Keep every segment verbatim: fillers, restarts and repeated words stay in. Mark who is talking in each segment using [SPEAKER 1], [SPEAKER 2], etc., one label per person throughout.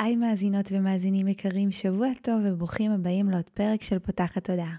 [SPEAKER 1] היי מאזינות ומאזינים יקרים, שבוע טוב וברוכים הבאים לעוד פרק של פותחת תודעה.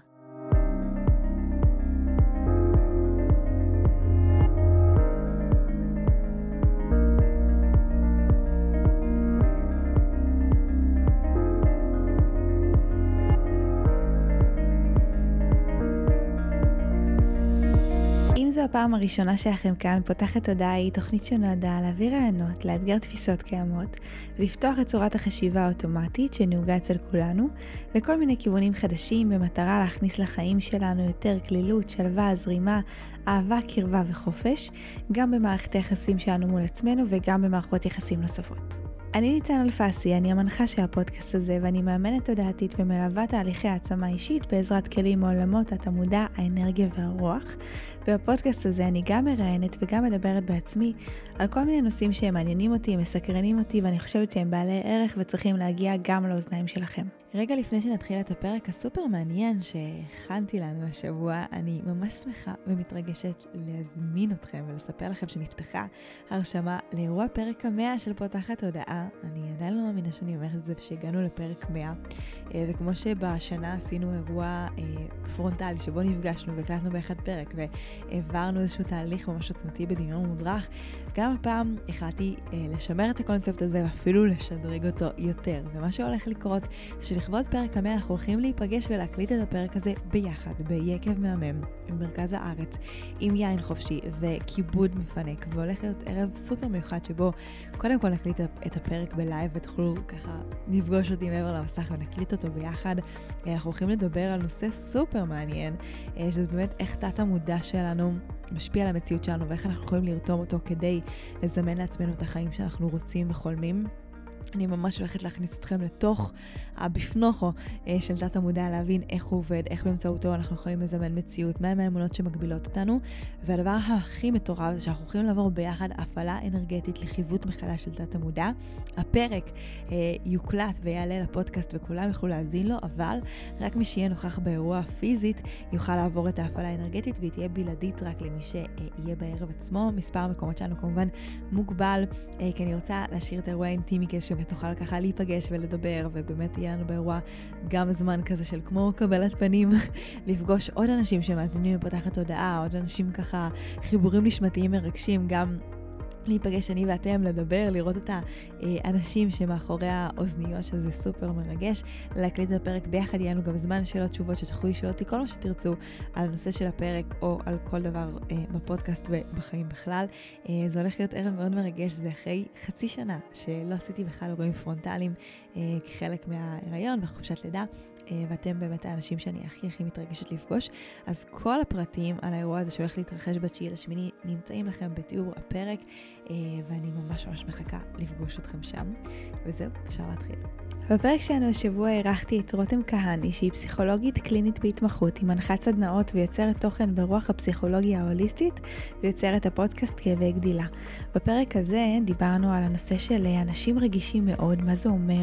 [SPEAKER 1] אם זו הפעם הראשונה שלכם כאן, פותחת תודעה היא תוכנית שנועדה להביא רעיונות, לאתגר תפיסות קיימות ולפתוח את צורת החשיבה האוטומטית שנהוגה אצל כולנו לכל מיני כיוונים חדשים במטרה להכניס לחיים שלנו יותר כלילות, שלווה, זרימה, אהבה, קרבה וחופש, גם במערכת היחסים שלנו מול עצמנו וגם במערכות יחסים נוספות. אני ניצן אלפסי, אני המנחה של הפודקאסט הזה ואני מאמנת תודעתית ומלווה תהליכי העצמה אישית בעזרת כלים מעולמות התמודע, האנרגיה והרוח. ובפודקאסט הזה אני גם מראיינת וגם מדברת בעצמי על כל מיני נושאים שהם מעניינים אותי, מסקרנים אותי ואני חושבת שהם בעלי ערך וצריכים להגיע גם לאוזניים שלכם. רגע לפני שנתחיל את הפרק הסופר מעניין שהכנתי לנו השבוע, אני ממש שמחה ומתרגשת להזמין אתכם ולספר לכם שנפתחה הרשמה לאירוע פרק המאה של פותחת תודעה. אני עדיין לא מאמינה שאני אומרת את זה שהגענו לפרק מאה, וכמו שבשנה עשינו אירוע פרונטלי שבו נפגשנו והקלטנו באחד פרק והעברנו איזשהו תהליך ממש עוצמתי בדמיון מודרך, גם הפעם החלטתי לשמר את הקונספט הזה ואפילו לשדרג אותו יותר. ומה שהולך לקרות זה שלכבוד פרק המאה אנחנו הולכים להיפגש ולהקליט את הפרק הזה ביחד ביקב מהמם במרכז הארץ עם יין חופשי וכיבוד מפנק, והולך להיות ערב סופר מיוחד שבו קודם כל נקליט את הפרק בלייב ותוכלו ככה לפגוש אותי מעבר למסך ונקליט אותו ביחד. אנחנו הולכים לדבר על נושא סופר מעניין שזה באמת איך תת המודע שלנו משפיע על המציאות שלנו ואיך אנחנו יכולים לרתום אותו כדי לזמן לעצמנו את החיים שאנחנו רוצים וחולמים. אני ממש הולכת להכניס אתכם לתוך הבפנוכו של תת המודע, להבין איך הוא עובד, איך באמצעותו אנחנו יכולים לזמן מציאות, מהם האמונות שמגבילות אותנו. והדבר הכי מטורף זה שאנחנו יכולים לעבור ביחד הפעלה אנרגטית לחיווט מחדש של תת המודע. הפרק אה, יוקלט ויעלה לפודקאסט וכולם יוכלו להזין לו, אבל רק מי שיהיה נוכח באירוע פיזית יוכל לעבור את ההפעלה האנרגטית והיא תהיה בלעדית רק למי שיהיה בערב עצמו. מספר המקומות שלנו כמובן מוגבל, אה, כי אני רוצה להשאיר את האירוע האינטימי שבאמת תוכל ככה להיפגש ולדבר, ובאמת יהיה לנו באירוע גם זמן כזה של כמו קבלת פנים, לפגוש עוד אנשים שמאזינים לפותחת תודעה, עוד אנשים ככה חיבורים נשמתיים מרגשים, גם להיפגש אני ואתם, לדבר, לראות את האנשים שמאחורי האוזניות, שזה סופר מרגש, להקליט את הפרק ביחד. יהיה לנו גם זמן שאלות תשובות שתוכלו לשאול אותי כל מה שתרצו על הנושא של הפרק או על כל דבר אה, בפודקאסט ובחיים בכלל. אה, זה הולך להיות ערב מאוד מרגש, זה אחרי חצי שנה שלא עשיתי בכלל אירועים פרונטליים אה, כחלק מההיריון וחופשת לידה, אה, ואתם באמת האנשים שאני הכי הכי מתרגשת לפגוש. אז כל הפרטים על האירוע הזה שהולך להתרחש בתשיעי לשמיני נמצאים לכם בתיאור הפרק, ואני ממש ממש מחכה לפגוש אתכם שם. וזהו, אפשר להתחיל. בפרק שלנו השבוע ערכתי את רותם כהני, שהיא פסיכולוגית קלינית בהתמחות, היא מנחת סדנאות ויוצרת תוכן ברוח הפסיכולוגיה ההוליסטית, ויוצרת הפודקאסט כאבי גדילה. בפרק הזה דיברנו על הנושא של אנשים רגישים מאוד, מה זה אומר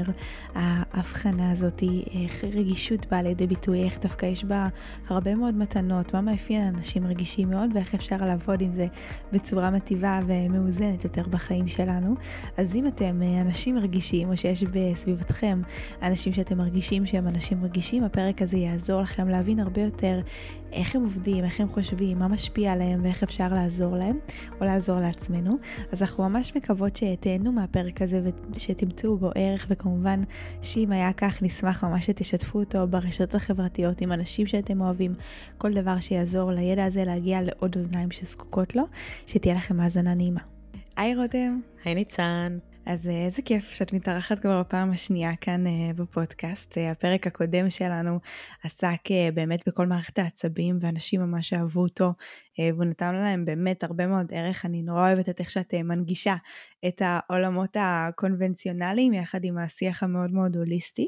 [SPEAKER 1] ההבחנה הזאת, איך רגישות באה לידי ביטוי, איך דווקא יש בה הרבה מאוד מתנות, מה מאפיין אנשים רגישים מאוד ואיך אפשר לעבוד עם זה בצורה מטיבה ומאוזנת יותר בחיים שלנו. אז אם אתם אנשים רגישים או שיש בסביבתכם אנשים שאתם מרגישים שהם אנשים רגישים, הפרק הזה יעזור לכם להבין הרבה יותר איך הם עובדים, איך הם חושבים, מה משפיע עליהם ואיך אפשר לעזור להם או לעזור לעצמנו. אז אנחנו ממש מקוות שתהנו מהפרק הזה ושתמצאו בו ערך, וכמובן שאם היה כך נשמח ממש שתשתפו אותו ברשתות החברתיות עם אנשים שאתם אוהבים, כל דבר שיעזור לידע הזה להגיע לעוד אוזניים שזקוקות לו. שתהיה לכם האזנה נעימה. היי רותם.
[SPEAKER 2] היי ניצן.
[SPEAKER 1] אז איזה כיף שאת מתארחת כבר בפעם השנייה כאן בפודקאסט. הפרק הקודם שלנו עסק באמת בכל מערכת העצבים, ואנשים ממש אהבו אותו, והוא נתן להם באמת הרבה מאוד ערך. אני נורא אוהבת את איך שאת מנגישה את העולמות הקונבנציונליים יחד עם השיח המאוד מאוד הוליסטי.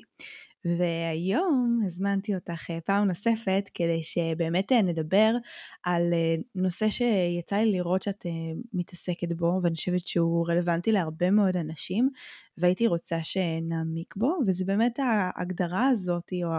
[SPEAKER 1] והיום הזמנתי אותך פעם נוספת כדי שבאמת נדבר על נושא שיצא לי לראות שאת מתעסקת בו, ואני חושבת שהוא רלוונטי להרבה מאוד אנשים, והייתי רוצה שנעמיק בו, וזה באמת ההגדרה הזאת, או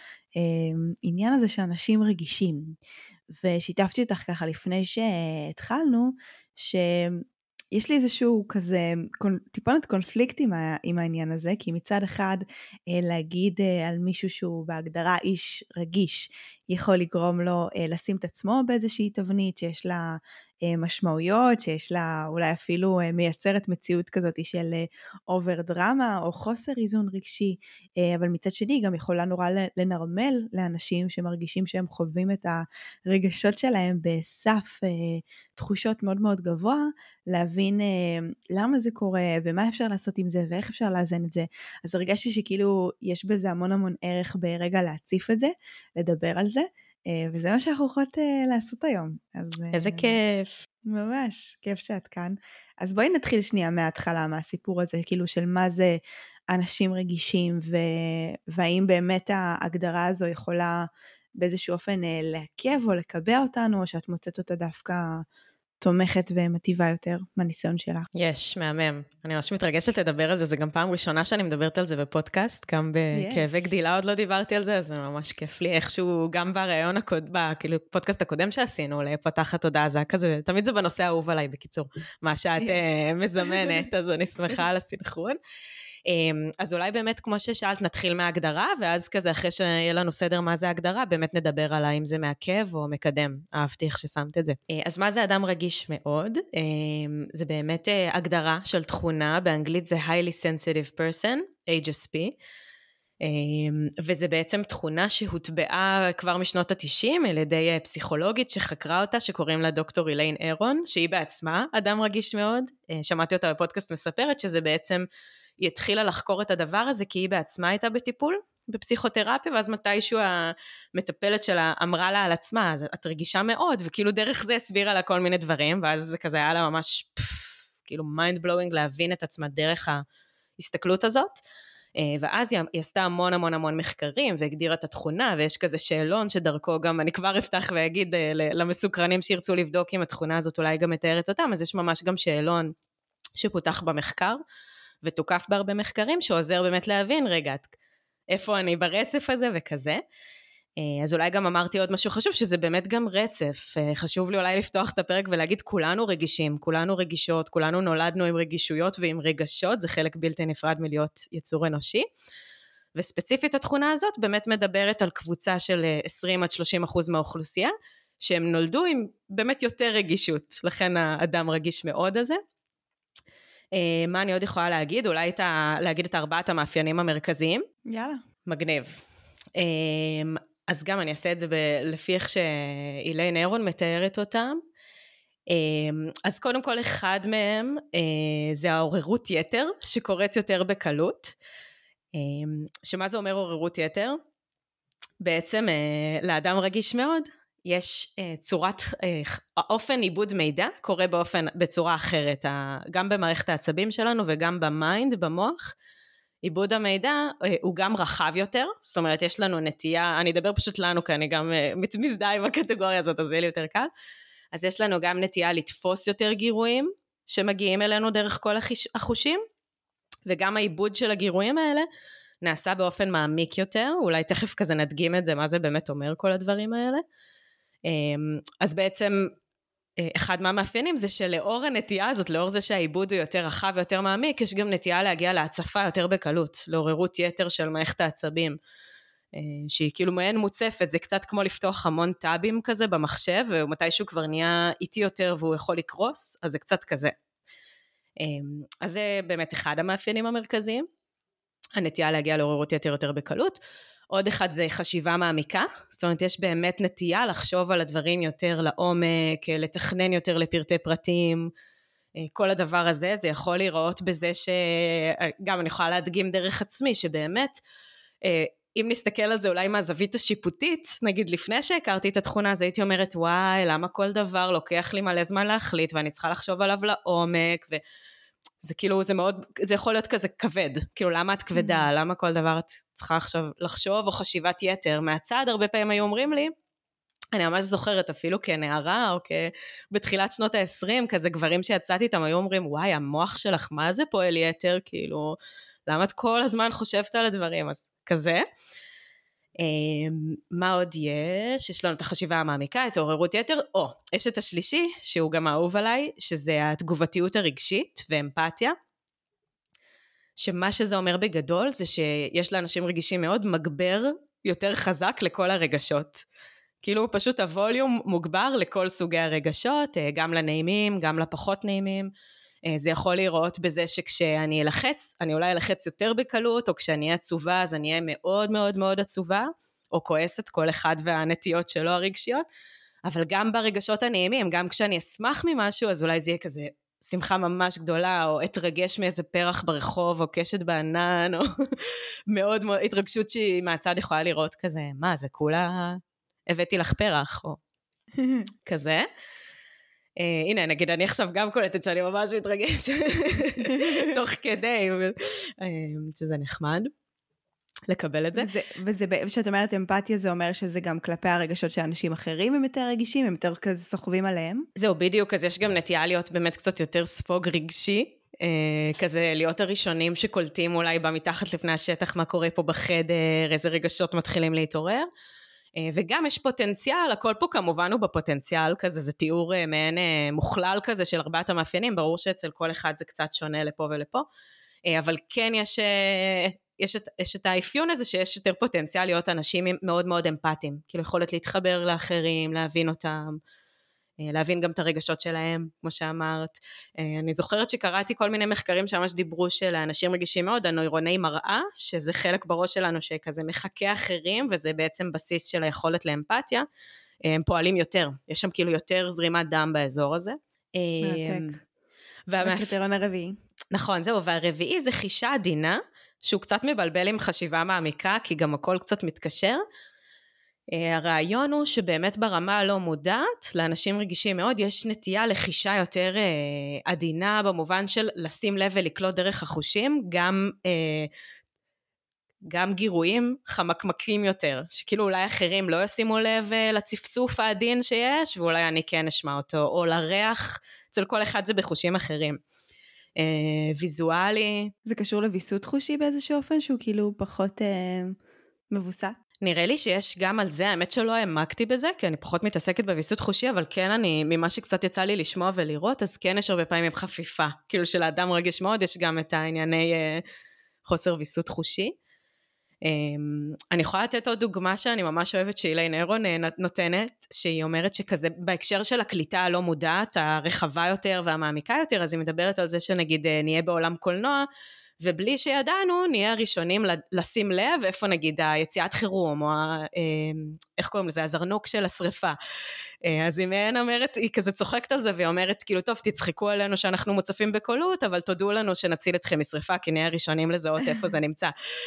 [SPEAKER 1] העניין הזה שאנשים רגישים. ושיתפתי אותך ככה לפני שהתחלנו, ש... יש לי איזשהו כזה טיפונת קונפליקט עם, ה, עם העניין הזה, כי מצד אחד להגיד על מישהו שהוא בהגדרה איש רגיש, יכול לגרום לו לשים את עצמו באיזושהי תבנית שיש לה משמעויות, שיש לה אולי אפילו מייצרת מציאות כזאת של אובר דרמה או חוסר איזון רגשי, אבל מצד שני גם יכולה נורא לנרמל לאנשים שמרגישים שהם חווים את הרגשות שלהם בסף תחושות מאוד מאוד גבוה, להבין למה זה קורה ומה אפשר לעשות עם זה ואיך אפשר לאזן את זה. אז הרגשתי שכאילו יש בזה המון המון ערך ברגע להציף את זה, לדבר על זה, וזה מה שאנחנו יכולות לעשות היום. אז,
[SPEAKER 2] איזה כיף.
[SPEAKER 1] ממש, כיף שאת כאן. אז בואי נתחיל שנייה מההתחלה, מהסיפור הזה, כאילו של מה זה אנשים רגישים, ו... והאם באמת ההגדרה הזו יכולה באיזשהו אופן להקב או לקבע אותנו, או שאת מוצאת אותה דווקא תומכת ומטיבה יותר מהניסיון שלך.
[SPEAKER 2] יש, מהמם. אני ממש מתרגשת לדבר על זה, זה גם פעם ראשונה שאני מדברת על זה בפודקאסט, גם בכאבי גדילה עוד לא דיברתי על זה, אז זה ממש כיף לי, איכשהו גם ברעיון הקודם, כאילו פודקאסט הקודם שעשינו, לפתחת תודעה, זה כזה, תמיד זה בנושא האהוב עליי בקיצור, מה שאת מזמנת, אז אני שמחה על הסנכרון. אז אולי באמת כמו ששאלת נתחיל מההגדרה, ואז כזה אחרי שיהיה לנו סדר מה זה ההגדרה, באמת נדבר על האם זה מעכב או מקדם, אהבתי איך ששמת את זה. אז מה זה אדם רגיש מאוד? זה באמת הגדרה של תכונה, באנגלית זה highly sensitive person, H S P, וזה בעצם תכונה שהוטבעה כבר משנות ה-תשעים, על ידי פסיכולוגית שחקרה אותה, שקוראים לה דוקטור איליין אירון, שהיא בעצמה אדם רגיש מאוד, שמעתי אותה בפודקאסט מספרת שזה בעצם היא התחילה לחקור את הדבר הזה, כי היא בעצמה הייתה בטיפול, בפסיכותרפיה, ואז מתישהו המטפלת שלה אמרה לה על עצמה, אז את רגישה מאוד, וכאילו דרך זה הסבירה לה כל מיני דברים, ואז זה כזה היה לה ממש, פף, כאילו mind blowing להבין את עצמה דרך ההסתכלות הזאת, ואז היא, היא עשתה המון המון המון מחקרים, והגדירה את התכונה, ויש כזה שאלון שדרכו גם, אני כבר אפתח ואגיד למסוקרנים שירצו לבדוק אם התכונה הזאת אולי גם מתארת אותם, אז יש ממש גם שאלון שפותח במחקר, ותוקף בהרבה מחקרים, שעוזר באמת להבין, רגע, איפה אני ברצף הזה וכזה. אז אולי גם אמרתי עוד משהו חשוב, שזה באמת גם רצף. חשוב לי אולי לפתוח את הפרק ולהגיד, כולנו רגישים, כולנו רגישות, כולנו נולדנו עם רגישויות ועם רגשות, זה חלק בלתי נפרד מלהיות יצור אנושי. וספציפית התכונה הזאת באמת מדברת על קבוצה של עשרים עד שלושים אחוז מהאוכלוסייה, שהם נולדו עם באמת יותר רגישות, לכן האדם רגיש מאוד הזה. מה אני עוד יכולה להגיד? אולי את ה... להגיד את ארבעת המאפיינים המרכזיים?
[SPEAKER 1] יאללה.
[SPEAKER 2] מגניב. אז גם אני אעשה את זה ב... לפי איך שאיליין אירון מתארת אותם. אז קודם כל אחד מהם זה העוררות יתר, שקורית יותר בקלות. שמה זה אומר עוררות יתר? בעצם לאדם רגיש מאוד, יש צורת, האופן עיבוד מידע קורה באופן, בצורה אחרת, גם במערכת העצבים שלנו וגם במיינד, במוח, עיבוד המידע הוא גם רחב יותר, זאת אומרת יש לנו נטייה, אני אדבר פשוט לנו כי אני גם מזדהה עם הקטגוריה הזאת, אז יהיה לי יותר קל, אז יש לנו גם נטייה לתפוס יותר גירויים, שמגיעים אלינו דרך כל החושים, וגם העיבוד של הגירויים האלה, נעשה באופן מעמיק יותר, אולי תכף כזה נדגים את זה, מה זה באמת אומר כל הדברים האלה, אז בעצם אחד מהמאפיינים זה שלאור הנטייה הזאת, לאור זה שהעיבוד הוא יותר רחב ויותר מעמיק, יש גם נטייה להגיע להצפה יותר בקלות, לעוררות יתר של מערכת העצבים, שהיא כאילו מעין מוצפת, זה קצת כמו לפתוח המון טאבים כזה במחשב, ומתישהו כבר נהיה איטי יותר והוא יכול לקרוס, אז זה קצת כזה. אז זה באמת אחד המאפיינים המרכזיים, הנטייה להגיע לעוררות יתר יותר בקלות, עוד אחד זה חשיבה מעמיקה, זאת אומרת יש באמת נטייה לחשוב על הדברים יותר לעומק, לתכנן יותר לפרטי פרטים, כל הדבר הזה, זה יכול להיראות בזה שגם אני יכולה להדגים דרך עצמי, שבאמת אם נסתכל על זה אולי מהזווית השיפוטית, נגיד לפני שהכרתי את התכונה, אז הייתי אומרת וואי למה כל דבר לוקח לי מלא זמן להחליט, ואני צריכה לחשוב עליו לעומק, ו... זה כאילו, זה מאוד, זה יכול להיות כזה כבד, כאילו למה את כבדה, mm-hmm. למה כל דבר את צריכה עכשיו לחשוב, או חשיבת יתר, מהצד הרבה פעמים היו אומרים לי, אני ממש זוכרת אפילו כנערה, או בתחילת שנות ה-עשרים, כזה גברים שיצאתי איתם, היו אומרים, וואי, המוח שלך, מה זה פועל יתר, כאילו, למה את כל הזמן חושבת על הדברים, אז כזה, מה עוד יש? יש לנו את החשיבה המעמיקה, את העוררות יתר, או, יש את השלישי, שהוא גם אהוב עליי, שזה התגובתיות הרגשית ואמפתיה, שמה שזה אומר בגדול, זה שיש לאנשים רגישים מאוד מגבר יותר חזק לכל הרגשות. כאילו פשוט הווליום מוגבר לכל סוגי הרגשות, גם לנעימים, גם לפחות נעימים. זה יכול לראות בזה שכשאני אלחץ, אני אולי אלחץ יותר בקלות, או כשאני עצובה, אז אני אהיה מאוד מאוד מאוד עצובה, או כועסת, כל אחד והנטיות שלו הרגשיות, אבל גם ברגשות הנעימים, גם כשאני אשמח ממשהו, אז אולי זה יהיה כזה שמחה ממש גדולה, או אתרגש מאיזה פרח ברחוב, או קשת בענן, או מאוד מאוד התרגשות שהיא מהצד יכולה לראות כזה, מה, זה כולה, הבאתי לך פרח, או כזה. Uh, הנה, נגיד, אני עכשיו גם קולטת שאני ממש מתרגש תוך כדי, uh, שזה נחמד לקבל את זה.
[SPEAKER 1] זה וזה, ושאת אומרת אמפתיה, זה אומר שזה גם כלפי הרגשות שאנשים אחרים הם יותר רגישים, הם יותר כזה סוחבים עליהם?
[SPEAKER 2] זהו, בדיוק, אז יש גם נטייה להיות באמת קצת יותר ספוג רגשי, uh, כזה להיות הראשונים שקולטים אולי במתחת לפני השטח, מה קורה פה בחדר, איזה רגשות מתחילים להתעורר, וגם יש פוטנציאל, הכל פה כמובן הוא בפוטנציאל כזה, זה תיאור מעין מוכלל כזה של ארבעת המאפיינים, ברור שאצל כל אחד זה קצת שונה לפה ולפה, אבל כן יש, יש, את, יש את האפיון הזה שיש יותר פוטנציאל להיות אנשים מאוד מאוד אמפתיים, כאילו יכולת להתחבר לאחרים, להבין אותם, להבין גם את הרגשות שלהם, כמו שאמרת. אני זוכרת שקראתי כל מיני מחקרים שממש דיברו שלאנשים רגישים מאוד, הנוירוני מראה, שזה חלק בראש שלנו שכזה מחכה אחרים, וזה בעצם בסיס של היכולת לאמפתיה, הם פועלים יותר, יש שם כאילו יותר זרימת דם באזור הזה.
[SPEAKER 1] מרתק. הקריטריון הרביעי.
[SPEAKER 2] נכון, זהו, והרביעי זה חישה עדינה, שהוא קצת מבלבל עם חשיבה מעמיקה, כי גם הכל קצת מתקשר, הרעיון הוא שבאמת ברמה הלא מודעת, לאנשים רגישים מאוד, יש נטייה לחישה יותר עדינה, במובן של לשים לב ולקלוט דרך החושים, גם, גם גירויים חמקמקים יותר, שכאילו אולי אחרים לא ישימו לב לצפצוף העדין שיש, ואולי אני כן אשמע אותו, או לריח, אצל כל אחד זה בחושים אחרים. ויזואלי.
[SPEAKER 1] זה קשור לוויסות חושי באיזשהו אופן, שהוא כאילו פחות מבוסס?
[SPEAKER 2] נראה לי שיש גם על זה, האמת שלא העמקתי בזה, כי אני פחות מתעסקת בוויסות חושי, אבל כן אני, ממה שקצת יצא לי לשמוע ולראות, אז כן יש הרבה פעמים עם חפיפה, כאילו שלאדם רגש מאוד, יש גם את הענייני אה, חוסר ויסות חושי. אה, אני יכולה לתת עוד דוגמה שאני ממש אוהבת, שאיליין אירון אה, נותנת, שהיא אומרת שכזה, בהקשר של הקליטה הלא מודעת, הרחבה יותר והמעמיקה יותר, אז היא מדברת על זה שנגיד אה, נהיה בעולם קולנוע, ובלי שידענו, נהיה ראשונים לשים לב, איפה נגיד היציאת חירום, או איך קוראים לזה, הזרנוק של השריפה. אז היא מעין אומרת, היא כזה צוחקת על זה, והיא אומרת, כאילו, טוב, תצחקו עלינו שאנחנו מוצפים בקולות, אבל תודו לנו שנציל אתכם משריפה, כי נהיה ראשונים לזהות איפה זה נמצא.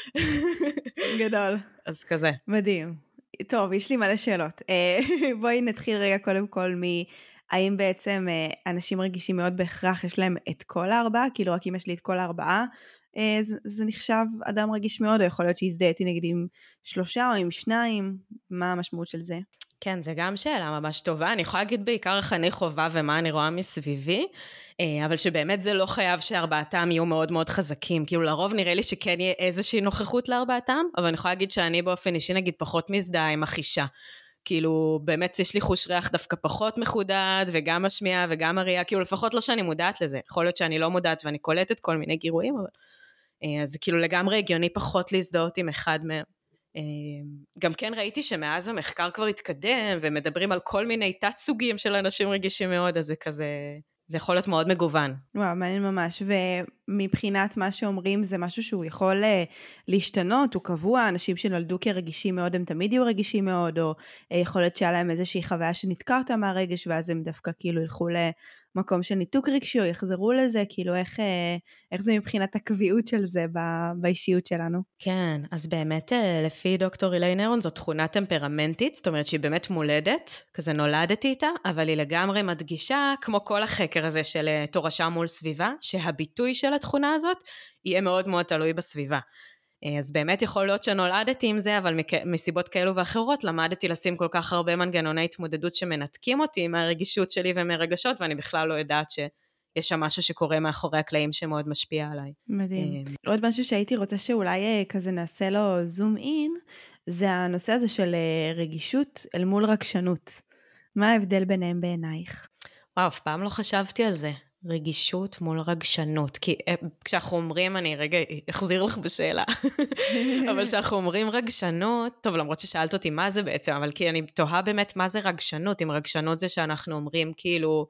[SPEAKER 1] גדול.
[SPEAKER 2] אז כזה.
[SPEAKER 1] מדהים. טוב, יש לי מלא שאלות. בואי נתחיל רגע קודם כל מ... האם בעצם אנשים רגישים מאוד בהכרח יש להם את כל הארבעה, כאילו רק אם יש לי את כל הארבעה, זה, זה נחשב אדם רגיש מאוד, או יכול להיות שהזדהיתי נגיד עם שלושה או עם שניים, מה המשמעות של זה?
[SPEAKER 2] כן, זה גם שאלה ממש טובה, אני יכולה להגיד בעיקר איך אני חובה ומה אני רואה מסביבי, אבל שבאמת זה לא חייב שארבעתם יהיו מאוד מאוד חזקים, כאילו לרוב נראה לי שכן יהיה איזושהי נוכחות לארבעתם, אבל אני יכולה להגיד שאני באופן אישי נגיד פחות מזדהה עם החישה, כאילו באמת יש לי חוש ריח דווקא פחות מחודד, וגם השמיעה וגם הראייה, כאילו לפחות לא שאני מודעת לזה, יכול להיות שאני לא מודעת ואני קולטת כל מיני גירויים, אבל אז זה כאילו לגמרי הגיוני פחות להזדהות עם אחד מהם. גם כן ראיתי שמאז המחקר כבר התקדם, ומדברים על כל מיני תת סוגים של אנשים רגישים מאוד, אז זה כזה, זה יכול להיות מאוד מגוון.
[SPEAKER 1] וואו, מעניין ממש, ומבחינת מה שאומרים, זה משהו שהוא יכול להשתנות, הוא קבוע, אנשים שנולדו כרגישים מאוד, הם תמיד יהיו רגישים מאוד, או יכול להיות שהיה להם איזושהי חוויה שנתקע אותה מהרגש, ואז הם דווקא כאילו ילכו למקום של ניתוק רגשי, או יחזרו לזה, כאילו איך, איך זה מבחינת הקביעות של זה באישיות שלנו?
[SPEAKER 2] כן, אז באמת לפי דוקטור איליין אירון, זו תכונה טמפרמנטית, זאת אומרת שהיא באמת מולדת, כזה נולדתי איתה, אבל היא לגמרי מדגישה, כמו כל החקר הזה של תורשה מול סביבה, שהביטוי של התכונה הזאת יהיה מאוד מאוד תלוי בסביבה. אז באמת יכול להיות שנולדתי עם זה, אבל מסיבות כאלו ואחרות, למדתי לשים כל כך הרבה מנגנוני התמודדות שמנתקים אותי מהרגישות שלי ומרגשות, ואני בכלל לא יודעת שיש שם משהו שקורה מאחורי הקלעים שמאוד משפיע עליי.
[SPEAKER 1] מדהים. עוד משהו שהייתי רוצה שאולי כזה נעשה לו זום אין, זה הנושא הזה של רגישות אל מול רגשנות. מה ההבדל ביניהם בעינייך?
[SPEAKER 2] וואו, אף פעם לא חשבתי על זה. רגישות מול רגשנות. כי כשאנחנו אומרים, אני רגע אחזיר לך בשאלה, אבל כשאנחנו אומרים רגשנות, טוב, למרות ששאלת אותי מה זה בעצם, אבל כי אני תוהה באמת מה זה רגשנות, אם רגשנות זה שאנחנו אומרים כאילו,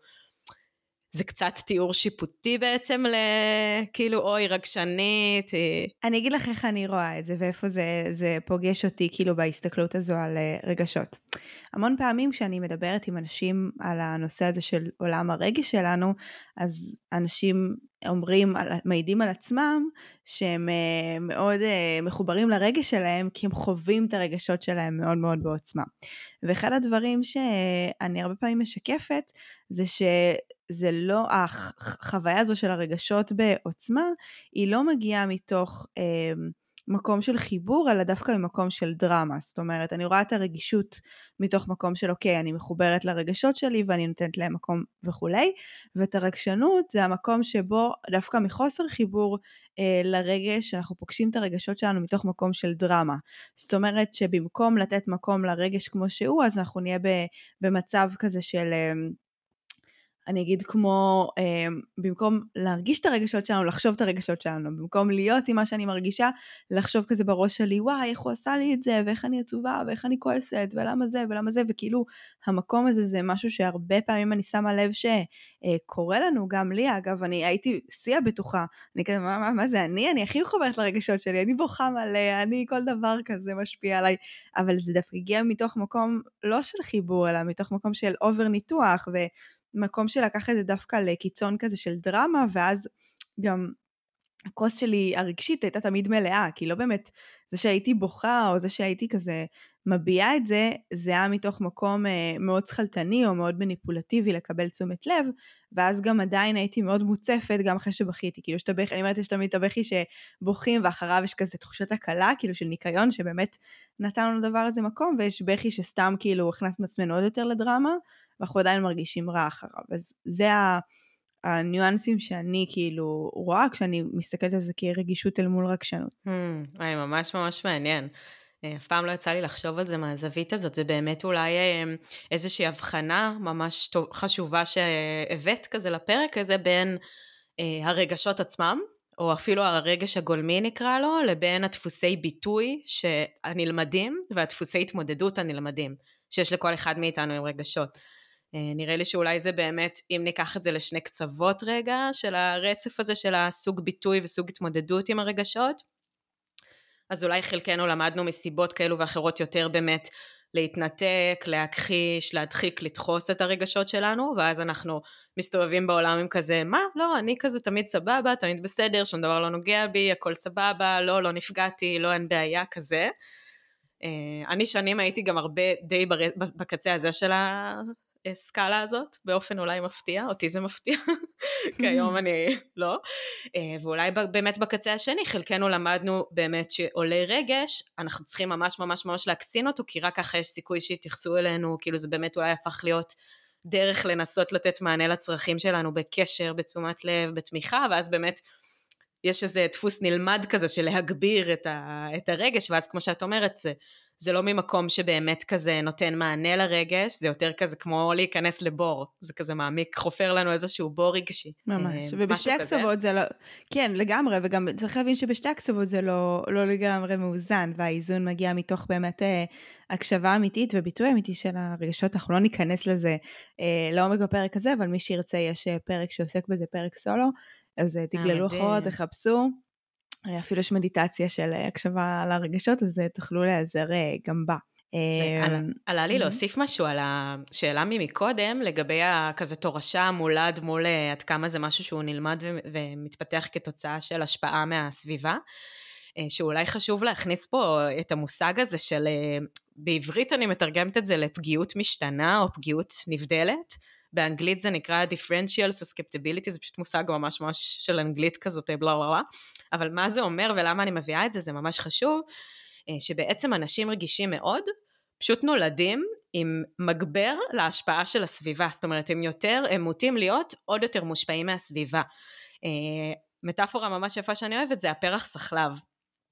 [SPEAKER 2] זה קצת תיאור שיפוטי בעצם, כאילו, אוי, רגשנית.
[SPEAKER 1] אני אגיד לך איך אני רואה את זה, ואיפה זה, זה פוגש אותי, כאילו, בהסתכלות הזו על רגשות. המון פעמים כשאני מדברת עם אנשים על הנושא הזה של עולם הרגש שלנו, אז אנשים אומרים, מעידים על עצמם, שהם מאוד מחוברים לרגש שלהם, כי הם חווים את הרגשות שלהם מאוד מאוד בעוצמה. ואחד הדברים שאני הרבה פעמים משקפת, זה ש... זה לא, החוויה הזו של הרגשות בעוצמה, היא לא מגיעה מתוך אה, מקום של חיבור, אלא דווקא ממקום של דרמה. זאת אומרת, אני רואה את הרגישות מתוך מקום של, אוקיי, אני מחוברת לרגשות שלי, ואני נותנת להם מקום וכולי, ואת הרגשנות זה המקום שבו, דווקא מחוסר חיבור אה, לרגש, אנחנו פוגשים את הרגשות שלנו מתוך מקום של דרמה. זאת אומרת, שבמקום לתת מקום לרגש כמו שהוא, אז אנחנו נהיה במצב כזה של... אה, אני אגיד כמו, אה, במקום להרגיש את הרגשות שלנו, לחשוב את הרגשות שלנו, במקום להיות עם מה שאני מרגישה, לחשוב כזה בראש שלי, וואי, איך הוא עשה לי את זה, ואיך אני עצובה, ואיך אני כועסת, ולמה זה, ולמה זה, וכאילו, המקום הזה זה משהו שהרבה פעמים אני שמה לב שקורה לנו, גם לי, אגב, אני הייתי שיא הבטוחה, אני כזה, מה, מה, מה זה אני? אני הכי מחוברת לרגשות שלי, אני בוכה מלא, אני כל דבר כזה משפיע עליי, אבל זה דווקא הגיע מתוך מקום, לא של חיבור, אלא מתוך מקום של אובר ניתוח, ו מקום שלקח את זה דווקא לקיצון כזה של דרמה, ואז גם הכוס שלי הרגשית הייתה תמיד מלאה, כי לא באמת זה שהייתי בוכה, או זה שהייתי כזה מביעה את זה, זה היה מתוך מקום מאוד שחלטני, או מאוד מניפולטיבי לקבל תשומת לב, ואז גם עדיין הייתי מאוד מוצפת, גם אחרי שבכיתי, כאילו שתבכי, אני אומרת, יש תמיד את הבכי שבוכים, ואחריו יש כזה תחושת הקלה, כאילו של ניקיון, שבאמת נתן לנו דבר הזה מקום, ויש בכי שסתם כאילו הכנסנו עצמנו עוד יותר לדרמה, ואנחנו עדיין מרגישים רע אחריו. אז זה הניואנסים שאני כאילו רואה, כשאני מסתכלת על זה כרגישות אל מול רגשנות.
[SPEAKER 2] Hmm, ay, ממש ממש מעניין. אף פעם לא יצא לי לחשוב על זה מהזווית הזאת, זה באמת אולי איזושהי הבחנה ממש חשובה שהבאת כזה לפרק הזה, בין הרגשות עצמם, או אפילו הרגש הגולמי נקרא לו, לבין הדפוסי ביטוי הנלמדים, והדפוסי התמודדות הנלמדים, שיש לכל אחד מאיתנו עם רגשות. נראה לי שאולי זה באמת, אם ניקח את זה לשני קצוות רגע, של הרצף הזה של הסוג ביטוי וסוג התמודדות עם הרגשות, אז אולי חלקנו למדנו מסיבות כאלו ואחרות יותר באמת להתנתק, להכחיש, להדחיק, לדחוס את הרגשות שלנו, ואז אנחנו מסתובבים בעולם עם כזה, מה? לא, אני כזה תמיד סבבה, תמיד בסדר, שום דבר לא נוגע בי, הכל סבבה, לא, לא נפגעתי, לא, אין בעיה כזה. אני שנים הייתי גם הרבה די בקצה הזה של הסקאלה הזאת, באופן אולי מפתיע, אותי זה מפתיע, כי היום אני לא, ואולי באמת בקצה השני, חלקנו למדנו באמת שעולה רגש, אנחנו צריכים ממש ממש ממש להקצין אותו, כי רק אחרי יש סיכוי שיתייחסו אלינו, כאילו זה באמת אולי הפך להיות דרך לנסות לתת מענה לצרכים שלנו, בקשר, בתשומת לב, בתמיכה, ואז באמת יש איזה דפוס נלמד כזה של להגביר את, ה, את הרגש, ואז כמו שאת אומרת, זה, זה לא ממקום שבאמת כזה נותן מענה לרגש, זה יותר כזה כמו להיכנס לבור, זה כזה מעמיק, חופר לנו איזשהו בור רגשי.
[SPEAKER 1] ממש, ובשתי הקצוות זה לא, כן, לגמרי, וגם צריך להבין שבשתי הקצוות זה לא, לא לגמרי מאוזן, והאיזון מגיע מתוך באמת הקשבה אמיתית וביטוי אמיתי של הרגשות, אנחנו לא ניכנס לזה לעומק בפרק הזה, אבל מי שירצה יש פרק שעוסק בזה, פרק סולו, אז תגללו אחורה, תחפשו, אפילו יש מדיטציה של הקשבה לרגשות, אז תוכלו להיעזר גם בה.
[SPEAKER 2] עלה לי להוסיף משהו על השאלה ממקודם, לגבי כזה תורשה המולד מול עד כמה זה משהו שהוא נלמד ומתפתח כתוצאה של השפעה מהסביבה, שאולי חשוב להכניס פה את המושג הזה של, בעברית אני מתרגמת את זה לפגיעות משתנה או פגיעות נבדלת, באנגלית זה נקרא differential susceptibility, זה פשוט מושג ממש ממש של אנגלית כזאת, בלה בלה בלה, אבל מה זה אומר ולמה אני מביאה את זה, זה ממש חשוב, שבעצם אנשים רגישים מאוד, פשוט נולדים עם מגבר להשפעה של הסביבה, זאת אומרת, הם יותר, הם מוטים להיות עוד יותר מושפעים מהסביבה. מטאפורה ממש יפה שאני אוהבת, זה הפרח סחלב.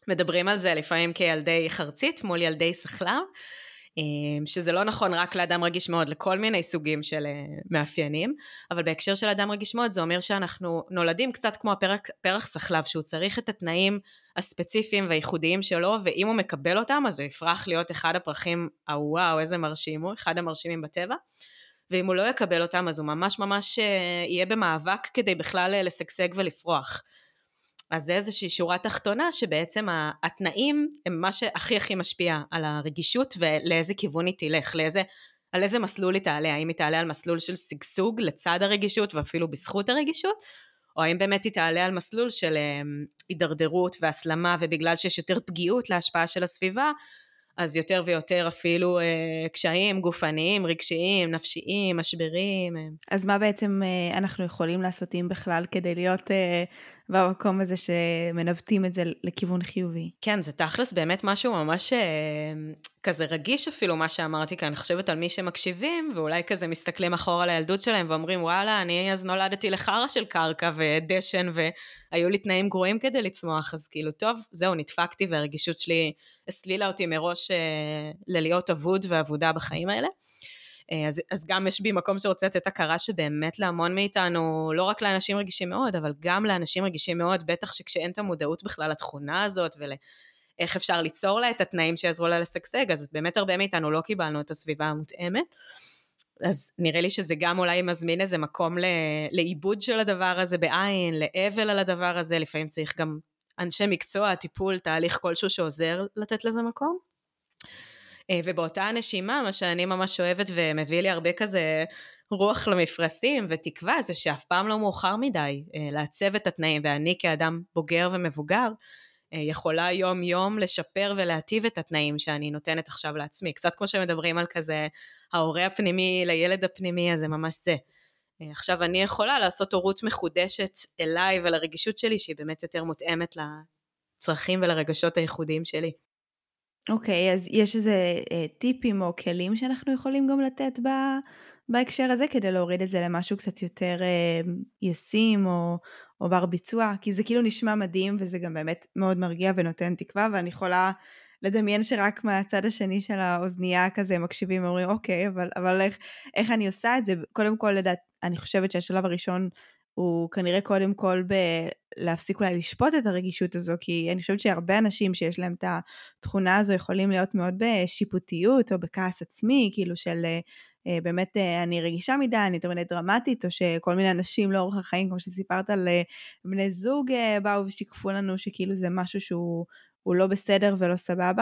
[SPEAKER 2] מדברים על זה לפעמים כילדי חרצית מול ילדי סחלב, שזה לא נכון רק לאדם רגיש מאוד, לכל מיני סוגים של מאפיינים, אבל בהקשר של אדם רגיש מאוד, זה אומר שאנחנו נולדים קצת כמו הפרח, פרח סחלב, שהוא צריך את התנאים הספציפיים והייחודיים שלו, ואם הוא מקבל אותם, אז הוא יפרח להיות אחד הפרחים, וואו, איזה מרשים הוא, אחד המרשימים בטבע, ואם הוא לא יקבל אותם, אז הוא ממש ממש יהיה במאבק כדי בכלל לשגשג ולפרוח. אז זה איזושהי שורה תחתונה, שבעצם התנאים הם מה שהכי הכי משפיע על הרגישות, ולאיזה כיוון היא תלך, לאיזה, על איזה מסלול היא תעלה, האם היא תעלה על מסלול של סגסוג לצד הרגישות, ואפילו בזכות הרגישות, או האם באמת היא תעלה על מסלול של הידרדרות והסלמה, ובגלל שיש יותר פגיעות להשפעה של הסביבה, אז יותר ויותר אפילו אה, קשיים גופניים, רגשיים, נפשיים, משברים.
[SPEAKER 1] אז מה בעצם אה, אנחנו יכולים לעשות אם בכלל כדי להיות אה, במקום הזה שמנווטים את זה לכיוון חיובי?
[SPEAKER 2] כן, זה תכלס באמת משהו ממש אה, כזה רגיש אפילו מה שאמרתי כאן, אני חושבת על מי שמקשיבים, ואולי כזה מסתכלים אחורה לילדות שלהם ואומרים, וואלה, אני אז נולדתי לחרה של קרקע ודשן, והיו לי תנאים גרועים כדי לצמוח, אז כאילו טוב, זהו, נדפקתי, והרגישות שלי הסלילה אותי מראש אה, ללהיות עבוד ועבודה בחיים האלה. אה, אז, אז גם יש בי מקום שרוצה לתת הכרה שבאמת להמון מאיתנו, לא רק לאנשים רגישים מאוד, אבל גם לאנשים רגישים מאוד, בטח שכשאין את המודעות בכלל לתכונה הזאת, ואיך אפשר ליצור לה את התנאים שיעזרו לה לשגשג, אז באמת הרבה מאיתנו לא קיבלנו את הסביבה המותאמת. אז נראה לי שזה גם אולי מזמין איזה מקום לאיבוד של הדבר הזה בעין, לאבל על הדבר הזה, לפעמים צריך גם אנשי מקצוע, טיפול, תהליך כלשהו שעוזר לתת לזה מקום. ובאותה הנשימה, מה שאני ממש אוהבת ומביא לי הרבה כזה רוח למפרשים ותקווה, זה שאף פעם לא מאוחר מדי לעצב את התנאים, ואני כאדם בוגר ומבוגר, יכולה יום יום לשפר ולהטיב את התנאים שאני נותנת עכשיו לעצמי. קצת כמו שמדברים על כזה, ההורה הפנימי לילד הפנימי, אז זה ממש זה. עכשיו אני יכולה לעשות הורות מחודשת אליי ולרגישות שלי, שהיא באמת יותר מותאמת לצרכים ולרגשות הייחודיים שלי.
[SPEAKER 1] אוקיי, אז יש איזה אה, טיפים או כלים שאנחנו יכולים גם לתת ב, בהקשר הזה, כדי להוריד את זה למשהו קצת יותר אה, ישים או, או בר ביצוע, כי זה כאילו נשמע מדהים, וזה גם באמת מאוד מרגיע ונותן תקווה, ואני יכולה לדמיין שרק מהצד השני של האוזנייה כזה מקשיבים ואומרים, אוקיי, אבל, אבל איך, איך אני עושה את זה? קודם כל, לדעת, אני חושבת שהשלב הראשון הוא כנראה קודם כל להפסיק אולי לשפוט את הרגישות הזו, כי אני חושבת שהרבה אנשים שיש להם את התכונה הזו יכולים להיות מאוד בשיפוטיות או בכעס עצמי, כאילו של באמת אני רגישה מדי, אני יותר מדי דרמטית, או שכל מיני אנשים לאורך החיים, כמו שסיפרת על בני זוג, באו ושיקפו לנו שכאילו זה משהו שהוא לא בסדר ולא סבבה.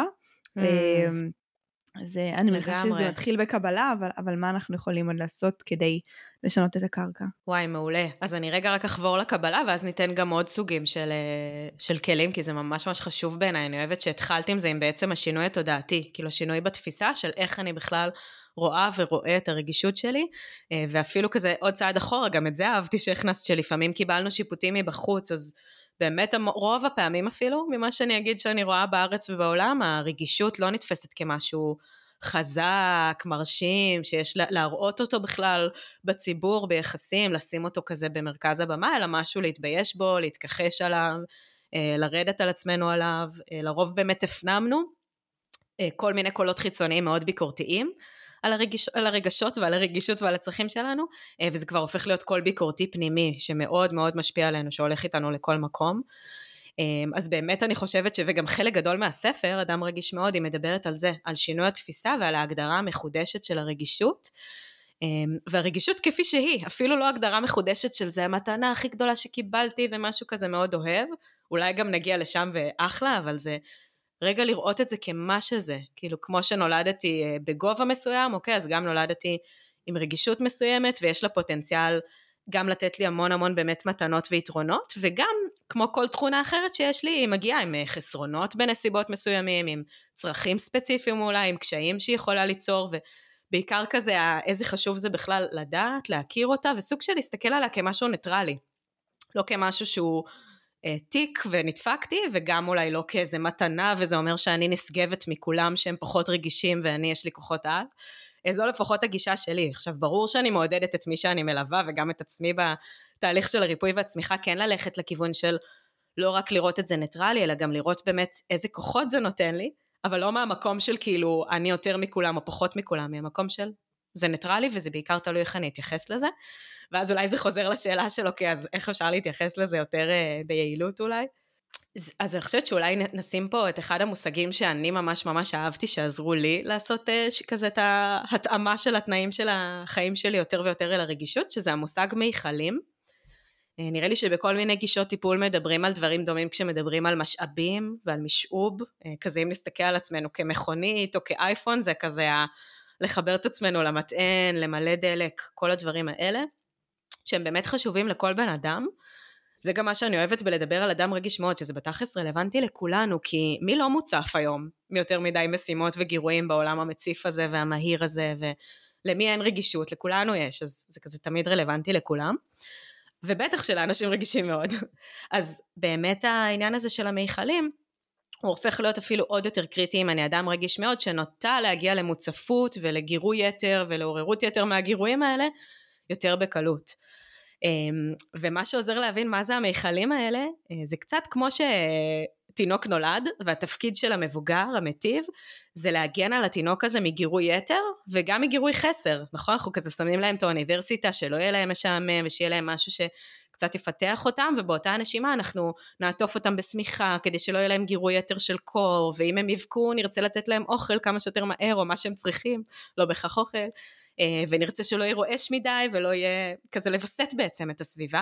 [SPEAKER 1] אז אני מניחה שזה מתחיל בקבלה, אבל, אבל מה אנחנו יכולים עוד לעשות כדי לשנות את הקרקע?
[SPEAKER 2] וואי, מעולה. אז אני רגע רק אחבור לקבלה, ואז ניתן גם עוד סוגים של, של כלים, כי זה ממש ממש חשוב בעיניי. אני אוהבת שהתחלתי עם זה עם בעצם השינוי התודעתי, כאילו שינוי בתפיסה של איך אני בכלל רואה ורואה את הרגישות שלי, ואפילו כזה עוד צעד אחורה, גם את זה אהבתי שהכנסת, שלפעמים קיבלנו שיפוטים מבחוץ, אז באמת רוב הפעמים אפילו, ממה שאני אגיד שאני רואה בארץ ובעולם, הרגישות לא נתפסת כמשהו חזק, מרשים, שיש להראות אותו בכלל בציבור, ביחסים, לשים אותו כזה במרכז הבמה, אלא משהו להתבייש בו, להתכחש עליו, לרדת על עצמנו עליו, לרוב באמת הפנמנו, כל מיני קולות חיצוניים מאוד ביקורתיים, על, הרגיש, על הרגשות ועל הרגישות ועל הצרכים שלנו, וזה כבר הופך להיות קול ביקורתי פנימי, שמאוד מאוד משפיע עלינו, שהולך איתנו לכל מקום. אז באמת אני חושבת שגם חלק גדול מהספר, אדם רגיש מאוד, היא מדברת על זה, על שינוי התפיסה ועל ההגדרה המחודשת של הרגישות, והרגישות כפי שהיא, אפילו לא הגדרה מחודשת של זה המתנה הכי גדולה שקיבלתי, ומשהו כזה מאוד אוהב, אולי גם נגיע לשם ואחלה, אבל זה רגע לראות את זה כמה שזה, כאילו כמו שנולדתי בגובה מסוים, אוקיי, אז גם נולדתי עם רגישות מסוימת, ויש לה פוטנציאל גם לתת לי המון המון באמת מתנות ויתרונות, וגם כמו כל תכונה אחרת שיש לי, היא מגיעה עם חסרונות בנסיבות מסוימים, עם צרכים ספציפיים אולי, עם קשיים שהיא יכולה ליצור, ובעיקר כזה איזה חשוב זה בכלל לדעת, להכיר אותה, וסוג של להסתכל עליה כמשהו ניטרלי, לא כמשהו שהוא תיק ונדפקתי, וגם אולי לא כאיזה מתנה, וזה אומר שאני נסגבת מכולם שהם פחות רגישים, ואני יש לי כוחות על. זו לפחות הגישה שלי. עכשיו, ברור שאני מעודדת את מי שאני מלווה, וגם את עצמי בתהליך של הריפוי והצמיחה, כן ללכת לכיוון של לא רק לראות את זה ניטרלי, אלא גם לראות באמת איזה כוחות זה נותן לי, אבל לא מהמקום של כאילו אני יותר מכולם או פחות מכולם, מהמקום של זה ניטרלי, וזה בעיקר תלוי איך אני אתייחס לזה, ואז אולי זה חוזר לשאלה של אוקיי, אז איך אפשר להתייחס לזה יותר אה, ביעילות אולי? אז, אז אני חושבת שאולי נשים פה את אחד המושגים שאני ממש ממש אהבתי, שעזרו לי לעשות אה, כזה את ההתאמה של התנאים של החיים שלי יותר ויותר אל הרגישות, שזה המושג מיכלים. אה, נראה לי שבכל מיני גישות טיפול מדברים על דברים דומים כשמדברים על משאבים ועל משאוב, אה, כזה אם נסתכל על עצמנו כמכונית או כאייפון, זה כזה ה... לחבר את עצמנו למטען, למלא דלק, כל הדברים האלה, שהם באמת חשובים לכל בן אדם. זה גם מה שאני אוהבת בלדבר על אדם רגיש מאוד, שזה בתכלס רלוונטי לכולנו, כי מי לא מוצף היום מיותר מדי משימות וגירויים בעולם המציף הזה והמהיר הזה, ולמי אין רגישות, לכולנו יש, אז זה כזה תמיד רלוונטי לכולם, ובטח שלאנשים רגישים מאוד. אז באמת העניין הזה של המיכלים, הוא הופך להיות אפילו עוד יותר קריטי אם אני אדם רגיש מאוד, שנוטה להגיע למוצפות ולגירוי יתר ולעוררות יתר מהגירויים האלה, יותר בקלות. ומה שעוזר להבין מה זה המיכלים האלה, זה קצת כמו שתינוק נולד, והתפקיד של המבוגר, המטיב, זה להגן על התינוק הזה מגירוי יתר, וגם מגירוי חסר, נכון? אנחנו כזה שמים להם את האוניברסיטה, שלא יהיה להם משעמם, ושיהיה להם משהו ש... קצת יפתח אותם, ובאותה הנשימה אנחנו נעטוף אותם בשמיכה, כדי שלא יהיה להם גירוי יתר של קור, ואם הם יבכו, נרצה לתת להם אוכל כמה שיותר מהר, או מה שהם צריכים, לא בכך אוכל, ונרצה שלא יהיה רועש מדי, ולא יהיה כזה לבסט בעצם את הסביבה.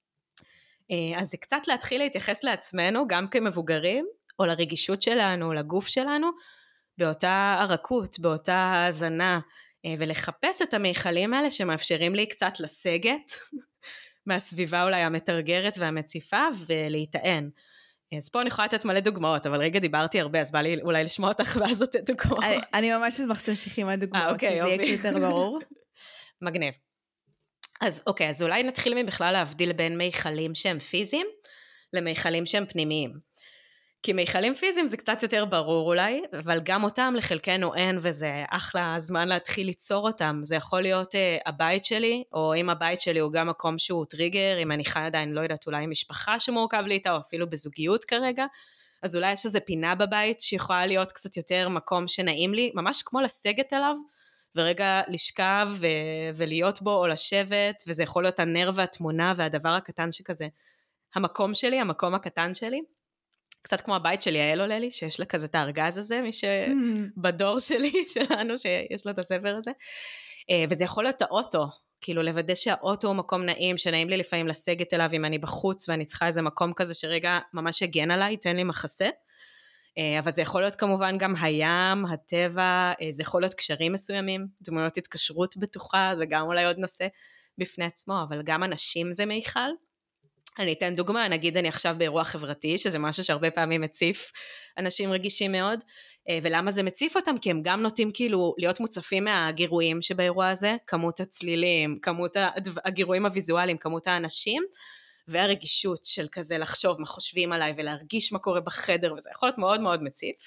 [SPEAKER 2] אז זה קצת להתחיל להתייחס לעצמנו, גם כמבוגרים, או לרגישות שלנו, לגוף שלנו, באותה ערכות, באותה האזנה, ולחפש את המיכלים האלה, שמאפשרים לי קצת לסגת, מהסביבה אולי המתרגרת והמציפה, ולהיטען. אז פה אני יכולה לתת מלא דוגמאות, אבל רגע דיברתי הרבה, אז בא לי אולי לשמוע אותך ואז לתת דוגמאות.
[SPEAKER 1] אני ממש אשמח שתמשיכי מהדוגמאות, שזה יהיה יותר ברור.
[SPEAKER 2] מגניב. אז אוקיי, אז אולי נתחיל מבכלל להבדיל בין מיכלים שהם פיזיים, למיכלים שהם פנימיים. כי מיכלים פיזיים זה קצת יותר ברור אולי, אבל גם אותם לחלקנו אין, וזה אחלה זמן להתחיל ליצור אותם. זה יכול להיות uh, הבית שלי, או אם הבית שלי הוא גם מקום שהוא טריגר, אם אני חי עדיין, לא יודעת, אולי משפחה שמורכב לי איתה, או אפילו בזוגיות כרגע, אז אולי יש איזו פינה בבית, שיכולה להיות קצת יותר מקום שנעים לי, ממש כמו לסגת אליו, ורגע לשכב ו- ולהיות בו, או לשבת, וזה יכול להיות הנר והתמונה, והדבר הקטן שכזה, המקום שלי, המקום הקטן שלי, קצת כמו הבית שלי, יעל עולה לי, שיש לה כזה את הארגז הזה, מי שבדור שלי, שלנו, שיש לו את הספר הזה, וזה יכול להיות האוטו, כאילו לוודא שהאוטו הוא מקום נעים, שנעים לי לפעמים לסגת אליו, אם אני בחוץ, ואני צריכה איזה מקום כזה, שרגע ממש יגן עליי, ייתן לי מחסה, אבל זה יכול להיות כמובן גם הים, הטבע, זה יכול להיות קשרים מסוימים, דמויות התקשרות בטוחה, זה גם אולי עוד נושא בפני עצמו, אבל גם אנשים זה מיכל, אני אתן דוגמה, נגיד אני עכשיו באירוע חברתי, שזה משהו שהרבה פעמים מציף אנשים רגישים מאוד, ולמה זה מציף אותם? כי הם גם נוטים כאילו להיות מוצפים מהגירויים שבאירוע הזה, כמות הצלילים, כמות הגירויים הוויזואליים, כמות האנשים, והרגישות של כזה לחשוב מה חושבים עליי, ולהרגיש מה קורה בחדר, וזה יכול להיות מאוד מאוד מציף.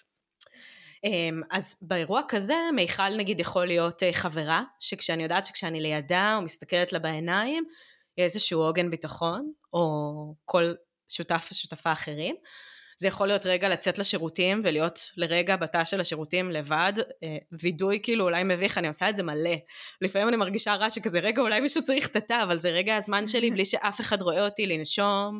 [SPEAKER 2] אז באירוע כזה, מיכל נגיד יכול להיות חברה, שכשאני יודעת שכשאני לידה, או מסתכלת לה בעיניים, יהיה איזשהו עוגן ביטחון, או כל שותף ושותפה אחרים. זה יכול להיות רגע לצאת לשירותים, ולהיות לרגע בתא של השירותים לבד, וידוי כאילו אולי מביך, אני עושה את זה מלא. לפעמים אני מרגישה רע שכזה רגע אולי מישהו צריך את התא, אבל זה רגע הזמן שלי בלי שאף אחד רואה אותי, לנשום,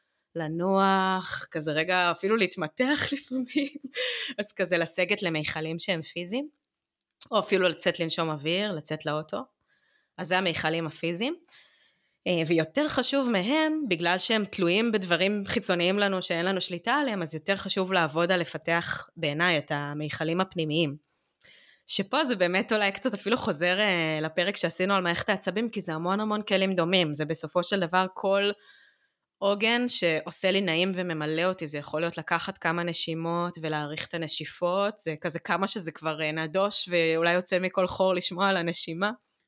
[SPEAKER 2] לנוח, כזה רגע אפילו להתמתח לפעמים, אז כזה לסגת למיכלים שהם פיזיים, או אפילו לצאת לנשום אוויר, לצאת לאוטו. אז זה המיכלים הפיזיים. ויותר חשוב מהם, בגלל שהם תלויים בדברים חיצוניים לנו שאין לנו שליטה עליהם, אז יותר חשוב לעבוד על לפתח בעיניי את המיכלים הפנימיים. שפה זה באמת אולי קצת אפילו חוזר לפרק שעשינו על מערכת העצבים, כי זה המון המון כלים דומים, זה בסופו של דבר כל עוגן שעושה לי נעים וממלא אותי, זה יכול להיות לקחת כמה נשימות ולהעריך את הנשיפות, זה כזה כמה שזה כבר נדוש ואולי יוצא מכל חור לשמוע על הנשימה,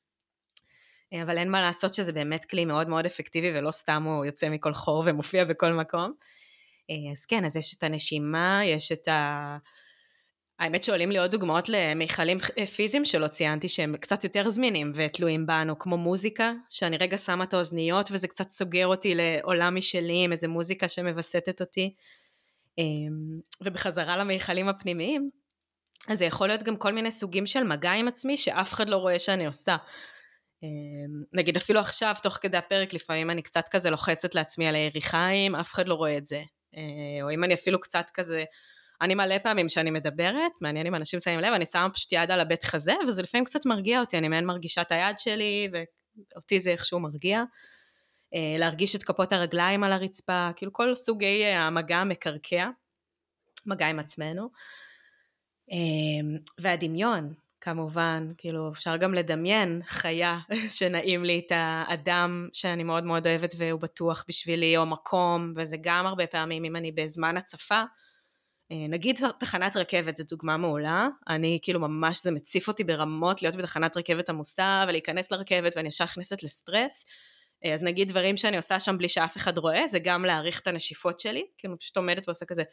[SPEAKER 2] אבל אין מה לעשות שזה באמת כלי מאוד מאוד אפקטיבי, ולא סתם הוא יוצא מכל חור ומופיע בכל מקום. אז כן, אז יש את הנשימה, יש את האמת שעולים לי עוד דוגמאות למיכלים פיזיים שלא ציינתי שהם קצת יותר זמינים ותלויים בנו, כמו מוזיקה, שאני רגע שמה את האוזניות וזה קצת סוגר אותי לעולם משלי עם איזה מוזיקה שמבסטת אותי, ובחזרה למיכלים הפנימיים, אז זה יכול להיות גם כל מיני סוגים של מגע עם עצמי שאף אחד לא רואה שאני עושה. נגיד אפילו עכשיו, תוך כדי הפרק, לפעמים אני קצת כזה לוחצת לעצמי על היריחיים, אף אחד לא רואה את זה. או אם אני אפילו קצת כזה, אני מלא פעמים שאני מדברת, מעניין אם אנשים שמים לב, אני שמה פשוט יד על הבית חזה, וזה לפעמים קצת מרגיע אותי, אני מעין מרגישה את היד שלי, ואותי זה איכשהו מרגיע. להרגיש את כפות הרגליים על הרצפה, כאילו כל סוגי המגע המקרקע, מגע עם עצמנו. והדמיון, כמובן, כאילו אפשר גם לדמיין חיה שנעים לי את האדם שאני מאוד מאוד אוהבת והוא בטוח בשבילי, או מקום, וזה גם הרבה פעמים אם אני בזמן הצפה, נגיד תחנת רכבת, זו דוגמה מעולה, אני כאילו ממש זה מציף אותי ברמות להיות בתחנת רכבת עמוסה, ולהיכנס לרכבת ואני ישר נכנסת לסטרס, אז נגיד דברים שאני עושה שם בלי שאף אחד רואה, זה גם להעריך את הנשיפות שלי, כאילו פשוט עומדת ועושה כזה,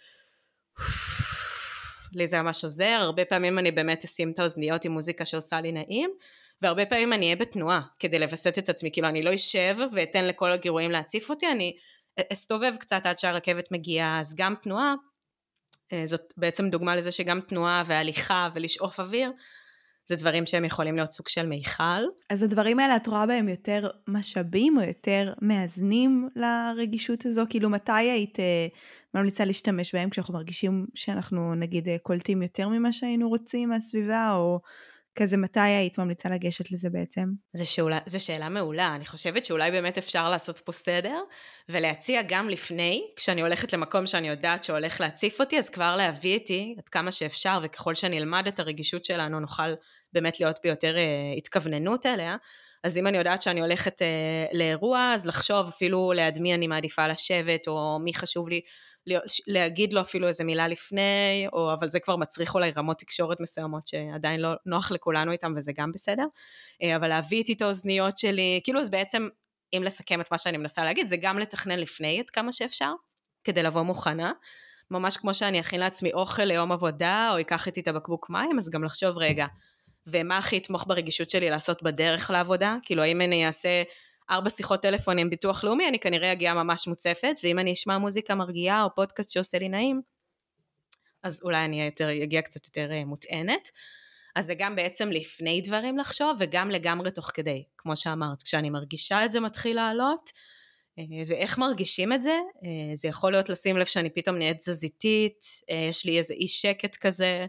[SPEAKER 2] לי זה ממש עוזר, הרבה פעמים אני באמת אשים את האוזניות עם מוזיקה שעושה לי נעים, והרבה פעמים אני אהיה בתנועה, כדי לבסט את עצמי, כאילו אני לא אשב ואתן לכל הגירויים להציף אותי, אני אסתובב קצת עד שהרכבת מגיעה, אז גם תנועה, זאת בעצם דוגמה לזה שגם תנועה והליכה ולשאוף אוויר, זה דברים שהם יכולים להיות סוג של מיכל.
[SPEAKER 1] אז הדברים האלה את רואה בהם יותר משאבים או יותר מאזנים לרגישות הזו? כאילו מתי היית ממליצה להשתמש בהם כשאנחנו מרגישים שאנחנו נגיד קולטים יותר ממה שהיינו רוצים מהסביבה, או כזה מתי היית ממליצה לגשת לזה בעצם?
[SPEAKER 2] זה שאלה, זה שאלה מעולה, אני חושבת שאולי באמת אפשר לעשות פה סדר, ולהציע גם לפני, כשאני הולכת למקום שאני יודעת שהולך להציף אותי, אז כבר להביא איתי עד כמה שאפשר, וככל שאני אלמד את הרגישות שלנו, נוכל באמת להיות ביותר uh, התכווננות אליה, אז אם אני יודעת שאני הולכת uh, לאירוע, אז לחשוב אפילו ליד מי אני מעדיפה לשבת, או מי חשוב לי, להגיד לו אפילו איזה מילה לפני, או, אבל זה כבר מצריך אולי רמות תקשורת מסוימות שעדיין לא נוח לכולנו איתם, וזה גם בסדר, אבל להביא איתי את האוזניות שלי, כאילו אז בעצם, אם לסכם את מה שאני מנסה להגיד, זה גם לתכנן לפני את כמה שאפשר, כדי לבוא מוכנה, ממש כמו שאני אכין לעצמי אוכל ליום עבודה, או אקח איתי את הבקבוק מים, אז גם לחשוב רגע, ומה הכי יתמוך ברגישות שלי לעשות בדרך לעבודה, כאילו האם אני אעשה ארבע שיחות טלפון עם ביטוח לאומי, אני כנראה אגיע ממש מוצפת, ואם אני אשמע מוזיקה מרגיעה, או פודקאסט שעושה לי נעים, אז אולי אני יותר, אגיע קצת יותר מוטענת, אז זה גם בעצם לפני דברים לחשוב, וגם לגמרי תוך כדי, כמו שאמרת, כשאני מרגישה את זה מתחיל לעלות, ואיך מרגישים את זה, זה יכול להיות לשים לב שאני פתאום נהיית תזזיתית, יש לי איזה אי שקט כזה,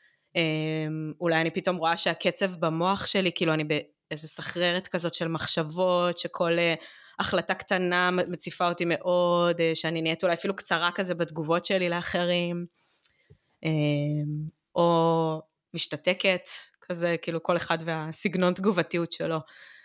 [SPEAKER 2] אולי אני פתאום רואה שהקצב במוח שלי, כאילו אני באיזה סחררת כזאת של מחשבות, שכל החלטה קטנה מציפה אותי מאוד, שאני נהיית אולי אפילו קצרה כזה בתגובות שלי לאחרים, או משתתקת כזה, כאילו כל אחד והסגנון תגובתיות שלו.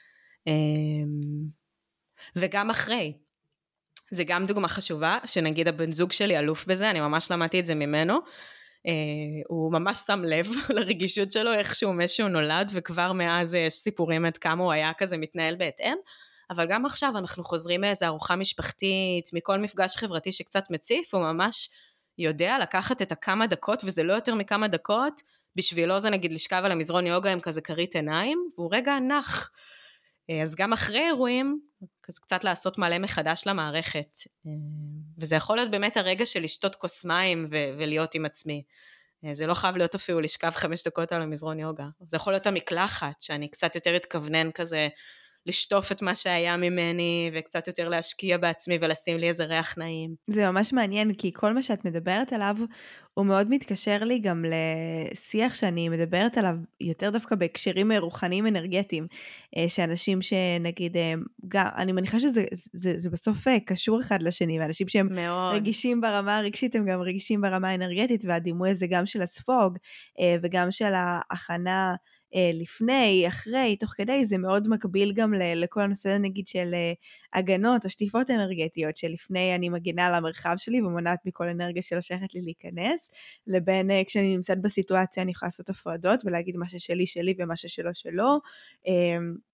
[SPEAKER 2] וגם אחרי, זה גם דוגמה חשובה, שנגיד הבן זוג שלי אלוף בזה, אני ממש למדתי את זה ממנו, הוא ממש שם לב לרגישות שלו, איכשהו משהו נולד, וכבר מאז יש סיפורים עד כמה הוא היה כזה מתנהל בהתאם, אבל גם עכשיו אנחנו חוזרים מאיזו ארוחה משפחתית, מכל מפגש חברתי שקצת מציף, הוא ממש יודע לקחת את הכמה דקות, וזה לא יותר מכמה דקות, בשבילו זה נגיד לשכב על המזרון יוגה עם כזה קרית עיניים, והוא רגע נח. אז גם אחרי אירועים, כזה קצת לעשות מלא מחדש למערכת, וזה יכול להיות באמת הרגע של לשתות כוס מים ו- ולהיות עם עצמי. זה לא חייב להיות אפילו לשכב חמש דקות על המזרון יוגה. זה יכול להיות המקלחת, שאני קצת יותר אתכוונן כזה, לשטוף את מה שהיה ממני, וקצת יותר להשקיע בעצמי, ולשים לי איזה ריח נעים.
[SPEAKER 1] זה ממש מעניין, כי כל מה שאת מדברת עליו, הוא מאוד מתקשר לי גם לשיח שאני מדברת עליו, יותר דווקא בהקשרים רוחניים אנרגטיים, שאנשים שנגיד, גם, אני מניחה שזה זה, זה בסוף קשור אחד לשני, ואנשים שהם מאוד רגישים ברמה הרגשית, הם גם רגישים ברמה האנרגטית, והדימוי הזה גם של הספוג, וגם של ההכנה, לפני, אחרי, תוך כדי, זה מאוד מקביל גם לכל הנושא נגיד של הגנות או שטיפות אנרגטיות, שלפני אני מגינה על המרחב שלי ומונעת מכל אנרגיה שלושכת לי להיכנס, לבין כשאני נמצאת בסיטואציה אני יכולה לעשות הפרדות ולהגיד מה ששלי שלי ומה ששלו שלו,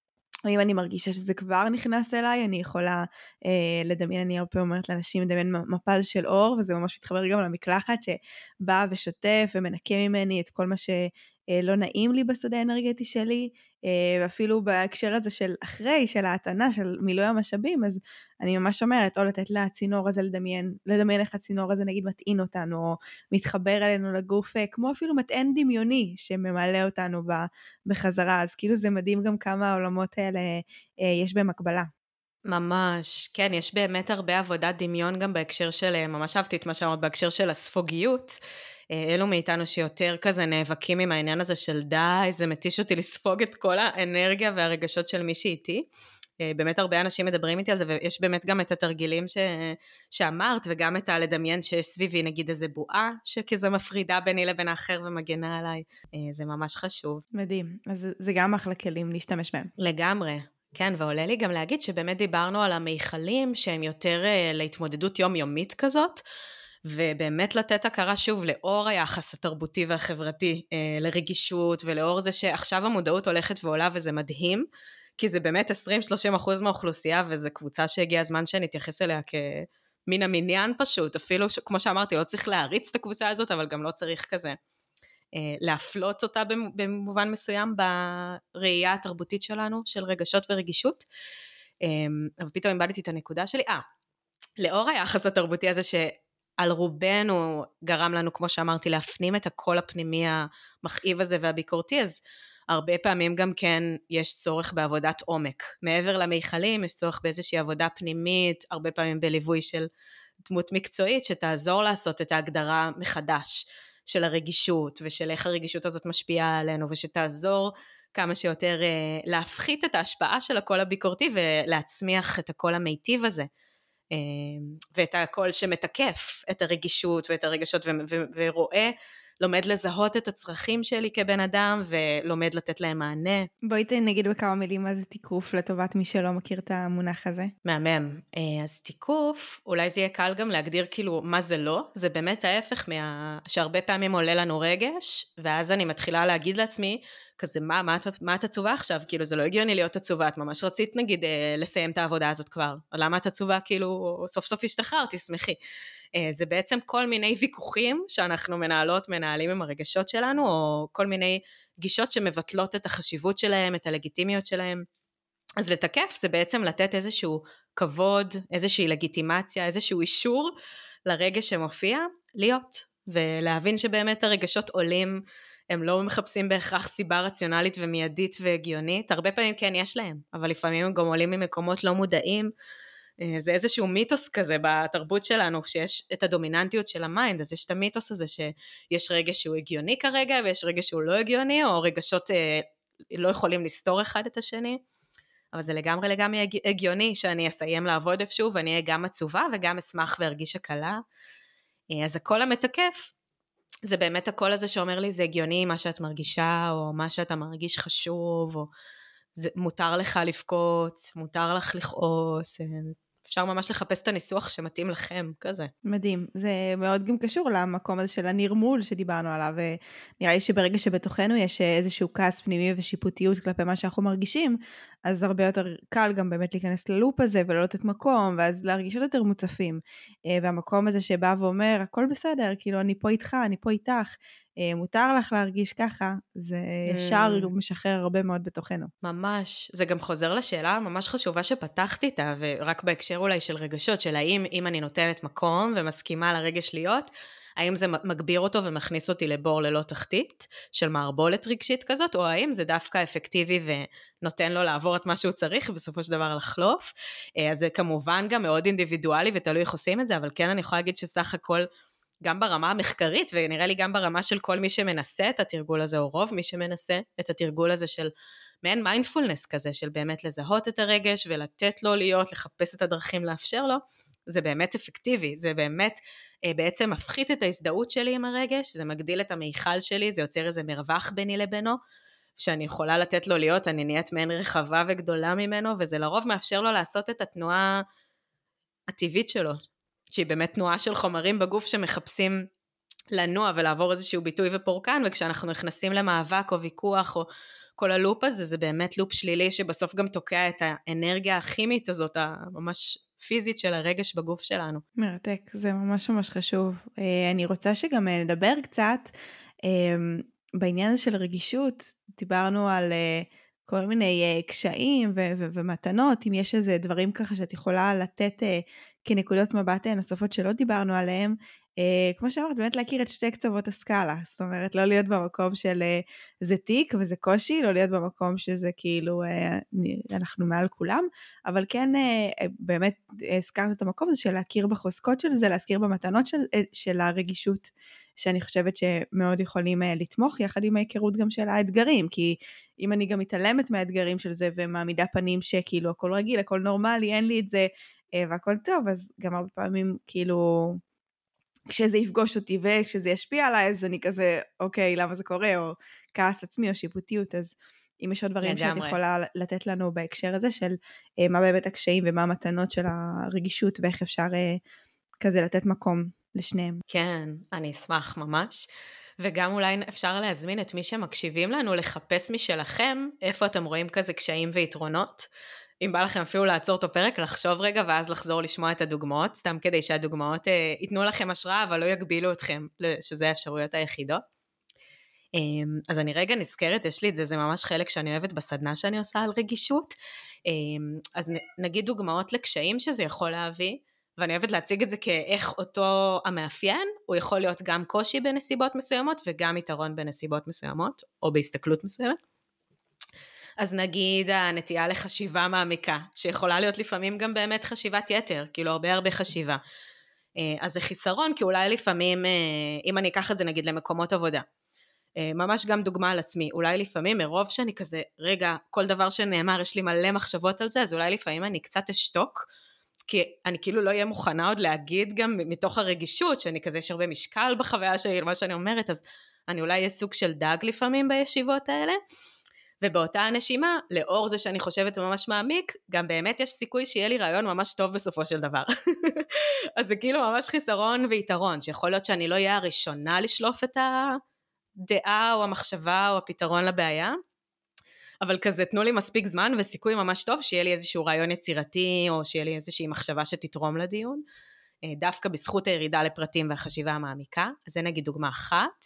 [SPEAKER 1] או אם אני מרגישה שזה כבר נכנס אליי, אני יכולה אה, לדמיין, אני הרבה אומרת לאנשים, לדמיין מפל של אור, וזה ממש מתחבר גם למקלחת, שבא ושוטף ומנקה ממני את כל מה שלא נעים לי בשדה האנרגטי שלי, אה, ואפילו בהקשר הזה של אחרי, של ההתנה, של מילוי המשאבים, אז אני ממש אומרת, או לתת לצינור הזה לדמיין, לדמיין איך הצינור הזה נגיד מטעין אותנו, או מתחבר אלינו לגוף, כמו אפילו מטען דמיוני, שממלא אותנו בחזרה, אז כאילו זה מדהים גם כמה העולמות האלה אה, יש בהם הקבלה.
[SPEAKER 2] ממש, כן, יש באמת הרבה עבודת דמיון גם בהקשר של, ממש אהבתי את מה שאמרת, בהקשר של הספוגיות, אלו מאיתנו שיותר כזה נאבקים עם העניין הזה של די, זה מתיש אותי לספוג את כל האנרגיה והרגשות של מי שאיתי, באמת הרבה אנשים מדברים איתי על זה, ויש באמת גם את התרגילים ש... שאמרת, וגם את הלדמיין שיש סביבי, נגיד איזה בועה, שכזה מפרידה ביני לבין האחר ומגנה עליי, זה ממש חשוב.
[SPEAKER 1] מדהים, אז זה גם אחלה כלים להשתמש בהם.
[SPEAKER 2] לגמרי. כן, ועולה לי גם להגיד שבאמת דיברנו על המיכלים שהם יותר uh, להתמודדות יומיומית כזאת, ובאמת לתת הכרה שוב לאור היחס התרבותי והחברתי uh, לרגישות, ולאור זה שעכשיו המודעות הולכת ועולה וזה מדהים, כי זה באמת עשרים שלושים אחוז מהאוכלוסייה, וזו קבוצה שהגיע הזמן שנתייחס אליה כמין המניין פשוט, אפילו ש, כמו שאמרתי, לא צריך להריץ את הקבוצה הזאת, אבל גם לא צריך כזה. להפלות אותה במובן מסוים בראייה התרבותית שלנו, של רגשות ורגישות, אבל פתאום איבדתי את הנקודה שלי, אה, לאור היחס התרבותי הזה שעל רובנו גרם לנו, כמו שאמרתי, להפנים את הקול הפנימי המכאיב הזה והביקורתי, אז הרבה פעמים גם כן יש צורך בעבודת עומק, מעבר למיכלים יש צורך באיזושהי עבודה פנימית, הרבה פעמים בליווי של דמות מקצועית, שתעזור לעשות את ההגדרה מחדש, של הרגישות, ושל איך הרגישות הזאת משפיעה עלינו, ושתעזור כמה שיותר אה, להפחית את ההשפעה של הקול הביקורתי, ולהצמיח את הקול המיטיב הזה, אה, ואת הקול שמתקף את הרגישות, ואת הרגשות, ו- ו- ורואה, לומד לזהות את הצרכים שלי כבן אדם, ולומד לתת להם מענה.
[SPEAKER 1] בואי נגיד בכמה מילים מה זה תיקוף, לטובת מי שלא מכיר את המונח הזה.
[SPEAKER 2] מהמם. אז תיקוף, אולי זה יהיה קל גם להגדיר כאילו מה זה לא, זה באמת ההפך מה... שהרבה פעמים עולה לנו רגש, ואז אני מתחילה להגיד לעצמי, כזה מה, מה, מה את עצובה עכשיו? כאילו זה לא הגיוני להיות עצובה, את ממש רצית נגיד לסיים את העבודה הזאת כבר, למה את עצובה? כאילו סוף סוף השתחררת, תשמחי. זה בעצם כל מיני ויכוחים שאנחנו מנהלות, מנהלים עם הרגשות שלנו, או כל מיני גישות שמבטלות את החשיבות שלהם, את הלגיטימיות שלהם. אז לתקף זה בעצם לתת איזשהו כבוד, איזושהי לגיטימציה, איזשהו אישור לרגש שמופיע, להיות, ולהבין שבאמת הרגשות עולים, הם לא מחפשים בהכרח סיבה רציונלית ומיידית והגיונית, הרבה פעמים כן יש להם, אבל לפעמים הם גם עולים ממקומות לא מודעים, זה איזשהו מיתוס כזה בתרבות שלנו, שיש את הדומיננטיות של המיינד, אז יש את המיתוס הזה שיש רגש שהוא הגיוני כרגע, ויש רגש שהוא לא הגיוני, או רגשות אה, לא יכולים לסתור אחד את השני, אבל זה לגמרי לגמרי הגיוני, שאני אסיים לעבוד איפשהו, ואני אהיה גם עצובה, וגם אשמח והרגיש הקלה, אז הקול המתקף, זה באמת הקול הזה שאומר לי, זה הגיוני מה שאת מרגישה, או מה שאתה מרגיש חשוב, או זה, מותר לך לבכות, מותר לך לכעוס, אפשר ממש לחפש את הניסוח שמתאים לכם, כזה.
[SPEAKER 1] מדהים, זה מאוד גם קשור למקום הזה של הנרמול שדיברנו עליו, ונראה לי שברגע שבתוכנו יש איזשהו כעס פנימי ושיפוטיות כלפי מה שאנחנו מרגישים, אז הרבה יותר קל גם באמת להיכנס ללופ הזה ולא לתת מקום, ואז להרגיש יותר מוצפים, והמקום הזה שבא ואומר, הכל בסדר, כאילו אני פה איתך, אני פה איתך, מותר לך להרגיש ככה, זה ישר משחרר הרבה מאוד בתוכנו.
[SPEAKER 2] ממש, זה גם חוזר לשאלה ממש חשובה שפתחתי איתה, ורק בהקשר אולי של רגשות, של האם אם אני נותנת מקום ומסכימה לרגש להיות, האם זה מגביר אותו ומכניס אותי לבור ללא תחתית, של מערבולת רגשית כזאת, או האם זה דווקא אפקטיבי ונותן לו לעבור את מה שהוא צריך, ובסופו של דבר לחלוף. אז זה כמובן גם מאוד אינדיבידואלי ותלוי איך עושים את זה, אבל כן אני יכולה להגיד שסך הכל, גם ברמה המחקרית, ונראה לי גם ברמה של כל מי שמנסה את התרגול הזה, או רוב מי שמנסה את התרגול הזה של מעין מיינדפולנס כזה, של באמת לזהות את הרגש, ולתת לו להיות, לחפש את הדרכים לאפשר לו, זה באמת אפקטיבי, זה באמת בעצם מפחית את ההזדהות שלי עם הרגש, זה מגדיל את המיכל שלי, זה יוצר איזה מרווח ביני לבינו, שאני יכולה לתת לו להיות, אני נהיית מעין רחבה וגדולה ממנו, וזה לרוב מאפשר לו לעשות את התנועה הטבעית שלו, שהיא באמת תנועה של חומרים בגוף שמחפשים לנוע ולעבור איזשהו ביטוי ופורקן, וכשאנחנו נכנסים למאבק או ויכוח או כל הלופ הזה זה באמת לופ שלילי, שבסוף גם תוקע את האנרגיה הכימית הזאת, הממש פיזית של הרגש בגוף שלנו.
[SPEAKER 1] מרתק, זה ממש ממש חשוב. אני רוצה שגם נדבר קצת, בעניין הזה של רגישות, דיברנו על כל מיני קשיים ו- ו- ומתנות, אם יש איזה דברים ככה שאת יכולה לתת כנקודות מבט נוספות שלא דיברנו עליהם, כמו שאמרת, באמת להכיר את שתי קצוות הסקאלה, זאת אומרת, לא להיות במקום של זה תיק וזה קושי, לא להיות במקום שזה כאילו אנחנו מעל כולם, אבל כן באמת הזכרת את המקום הזה של להכיר בחוזקות של זה, להזכיר במתנות של, של הרגישות, שאני חושבת שמאוד יכולים לתמוך, יחד עם ההיכרות גם של האתגרים, כי אם אני גם מתעלמת מהאתגרים של זה, ומעמידה פנים שכאילו הכל רגיל, הכל נורמלי, אין לי את זה, והכל טוב, אז גם הרבה פעמים כאילו, כשזה יפגוש אותי וכשזה ישפיע עליי, אז אני כזה, אוקיי, למה זה קורה, או כעס עצמי או שיפוטיות, אז אם יש עוד דברים שאת יכולה לתת לנו בהקשר הזה, של מה באמת הקשיים ומה המתנות של הרגישות, ואיך אפשר כזה לתת מקום לשניהם.
[SPEAKER 2] כן, אני אשמח ממש. וגם אולי אפשר להזמין את מי שמקשיבים לנו, לחפש משלכם, איפה אתם רואים כזה קשיים ויתרונות. אם בא לכם אפילו לעצור את הפרק, לחשוב רגע, ואז לחזור לשמוע את הדוגמאות, סתם כדי שהדוגמאות אה, ייתנו לכם השראה, אבל לא יגבילו אתכם, שזה האפשרויות היחידות. אה, אז אני רגע נזכרת, יש לי את זה, זה ממש חלק שאני אוהבת בסדנה שאני עושה על רגישות. אה, אז נגיד דוגמאות לקשיים שזה יכול להביא, ואני אוהבת להציג את זה כאיך אותו המאפיין, הוא יכול להיות גם קושי בנסיבות מסוימות, וגם יתרון בנסיבות מסוימות, או בהסתכלות מסוימת. אז נגיד הנטייה לחשיבה מעמיקה, שיכולה להיות לפעמים גם באמת חשיבת יתר, כאילו הרבה הרבה חשיבה. אז זה חיסרון, כי אולי לפעמים, אם אני אקח את זה נגיד למקומות עבודה, ממש גם דוגמה על עצמי, אולי לפעמים מרוב שאני כזה, רגע, כל דבר שנאמר, יש לי מלא מחשבות על זה, אז אולי לפעמים אני קצת אשתוק, כי אני כאילו לא אהיה מוכנה עוד להגיד גם מתוך הרגישות, שאני כזה יש הרבה משקל בחוויה שלי, מה שאני אומרת, אז אני אולי אהיה סוג של דג לפעמים בישיבות האלה, ובאותה הנשימה, לאור זה שאני חושבת ממש מעמיק, גם באמת יש סיכוי שיהיה לי רעיון ממש טוב בסופו של דבר. אז זה כאילו ממש חיסרון ויתרון, שיכול להיות שאני לא אהיה הראשונה לשלוף את הדעה או המחשבה או הפתרון לבעיה, אבל כזה תנו לי מספיק זמן וסיכוי ממש טוב שיהיה לי איזשהו רעיון יצירתי, או שיהיה לי איזושהי מחשבה שתתרום לדיון, דווקא בזכות הירידה לפרטים והחשיבה המעמיקה. אז זה נגיד דוגמה אחת.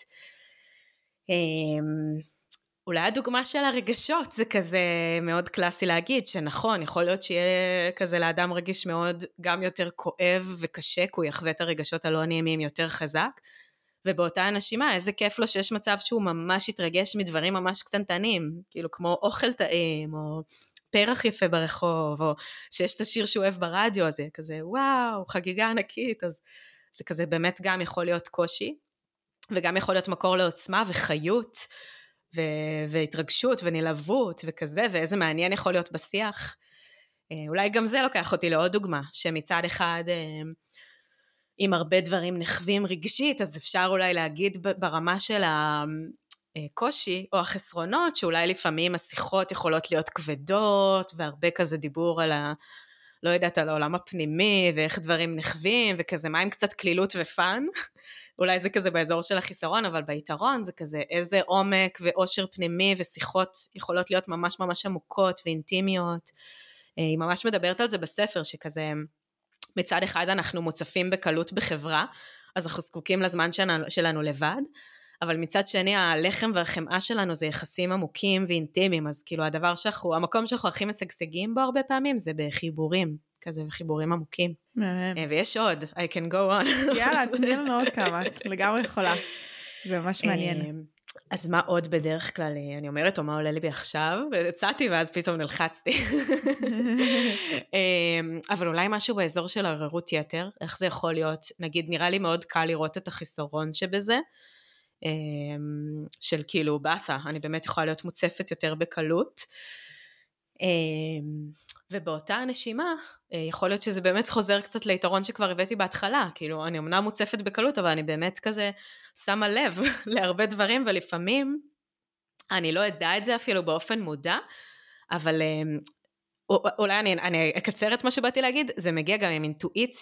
[SPEAKER 2] אולי הדוגמה של הרגשות, זה כזה מאוד קלאסי להגיד, שנכון, יכול להיות שיהיה כזה לאדם רגיש מאוד, גם יותר כואב וקשה, כי הוא יחווה את הרגשות הלא נעימים יותר חזק, ובאותה הנשימה, איזה כיף לו שיש מצב שהוא ממש יתרגש מדברים ממש קטנטנים, כאילו כמו אוכל טעים, או פרח יפה ברחוב, או שיש את השיר שהוא אוהב ברדיו, אז זה כזה וואו, חגיגה ענקית, אז זה כזה באמת גם יכול להיות קושי, וגם יכול להיות מקור לעוצמה וחיות, ו- והתרגשות ונלהבות וכזה, ואיזה מעניין יכול להיות בשיח. אולי גם זה לוקח אותי לעוד דוגמה, שמצד אחד, עם הרבה דברים נחווים רגשית, אז אפשר אולי להגיד ברמה של הקושי או החסרונות, שאולי לפעמים השיחות יכולות להיות כבדות, והרבה כזה דיבור על ה... לא יודעת, על העולם הפנימי, ואיך דברים נחווים, וכזה מה עם קצת כלילות ופן, אולי זה כזה באזור של החיסרון, אבל ביתרון זה כזה איזה עומק ואושר פנימי, ושיחות יכולות להיות ממש ממש עמוקות ואינטימיות. היא ממש מדברת על זה בספר, שכזה מצד אחד אנחנו מוצפים בקלות בחברה, אז אנחנו זקוקים לזמן שלנו, שלנו לבד, אבל מצד שני הלחם והחמאה שלנו זה יחסים עמוקים ואינטימיים, אז כאילו הדבר שאנחנו, המקום שאנחנו הכי משגשגים בו הרבה פעמים זה בחיבורים, כזה וחיבורים עמוקים. ויש עוד, I can go on.
[SPEAKER 1] יאללה, תני לנו עוד כמה, לגמרי יכולה. זה ממש מעניין.
[SPEAKER 2] אז מה עוד בדרך כלל, אני אומרת, או מה עולה לי בי עכשיו, ויצאתי ואז פתאום נלחצתי. אבל אולי משהו באזור של עוררות יתר, איך זה יכול להיות, נגיד נראה לי מאוד קל לראות את החיסרון שבזה, של כאילו באסה, אני באמת יכולה להיות מוצפת יותר בקלות, ובאותה הנשימה, יכול להיות שזה באמת חוזר קצת ליתרון שכבר הבאתי בהתחלה, כאילו אני אמנם מוצפת בקלות, אבל אני באמת כזה שמה לב להרבה דברים, ולפעמים אני לא אדע את זה אפילו באופן מודע, אבל אולי אני, אני אקצר את מה שבאתי להגיד, זה מגיע גם עם אינטואיציה,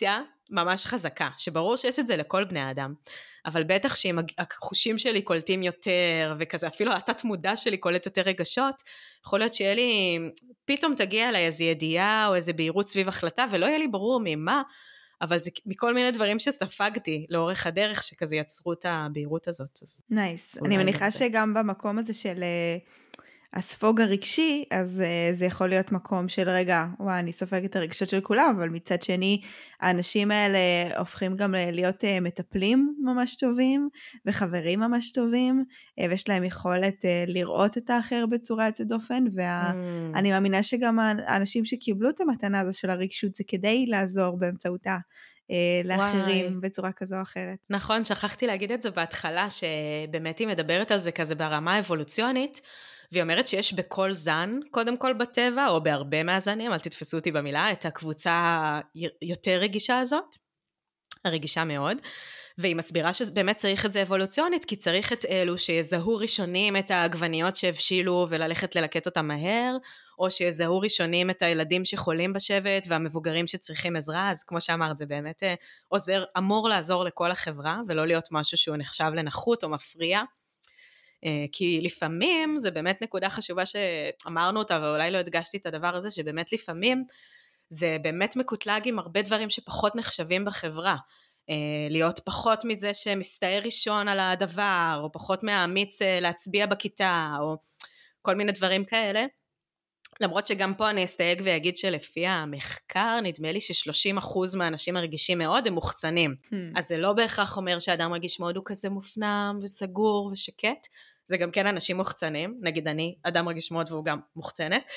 [SPEAKER 2] ממש חזקה, שברור שיש את זה לכל בני האדם, אבל בטח שאם החושים שלי קולטים יותר, וכזה אפילו התת מודע שלי קולט יותר רגשות, יכול להיות שיהיה לי, פתאום תגיע אליי איזו ידיעה, או איזו בהירות סביב החלטה, ולא יהיה לי ברור ממה, אבל זה מכל מיני דברים שספגתי לאורך הדרך, שכזה יצרו את הבהירות הזאת.
[SPEAKER 1] נייס. אני מניחה שגם במקום הזה של הספוג הרגשי, אז uh, זה יכול להיות מקום של רגע, וואי, אני סופג את הרגשות של כולם, אבל מצד שני, האנשים האלה הופכים גם להיות uh, מטפלים ממש טובים, וחברים ממש טובים, uh, ויש להם יכולת uh, לראות את האחר בצורה יוצאת דופן, ואני mm. מאמינה שגם האנשים שקיבלו את המתנה הזו של הרגשות, זה כדי לעזור באמצעותה, לאחרים וואי. בצורה כזו או אחרת.
[SPEAKER 2] נכון, שכחתי להגיד את זה בהתחלה, שבאמת היא מדברת על זה כזה ברמה האבולוציונית, והיא אומרת שיש בכל זן, קודם כל בטבע, או בהרבה מהזנים, אל תתפסו אותי במילה, את הקבוצה יותר רגישה הזאת, הרגישה מאוד, והיא מסבירה שבאמת צריך את זה אבולוציונית, כי צריך את אלו שיזהו ראשונים את העגבניות שהבשילו, וללכת ללקט אותם מהר, או שיזהו ראשונים את הילדים שחולים בשבט, והמבוגרים שצריכים עזרה, אז כמו שאמרת, זה באמת עוזר, אמור לעזור לכל החברה, ולא להיות משהו שהוא נחשב לנחות או מפריע, כי לפעמים, זה באמת נקודה חשובה שאמרנו אותה, ואולי לא הדגשתי את הדבר הזה, שבאמת לפעמים, זה באמת מקוטלג עם הרבה דברים שפחות נחשבים בחברה, להיות פחות מזה שמסתער ראשון על הדבר, או פחות מהאמיץ להצביע בכיתה, או כל מיני דברים כאלה, למרות שגם פה אני אסתייג ויגיד שלפי המחקר, נדמה לי ש-שלושים אחוז מהאנשים הרגישים מאוד הם מוחצנים. Hmm. אז זה לא בהכרח אומר שאדם רגיש מאוד הוא כזה מופנם וסגור ושקט, זה גם כן אנשים מוחצנים, נגיד אני אדם רגיש מאוד והוא גם מוחצנת,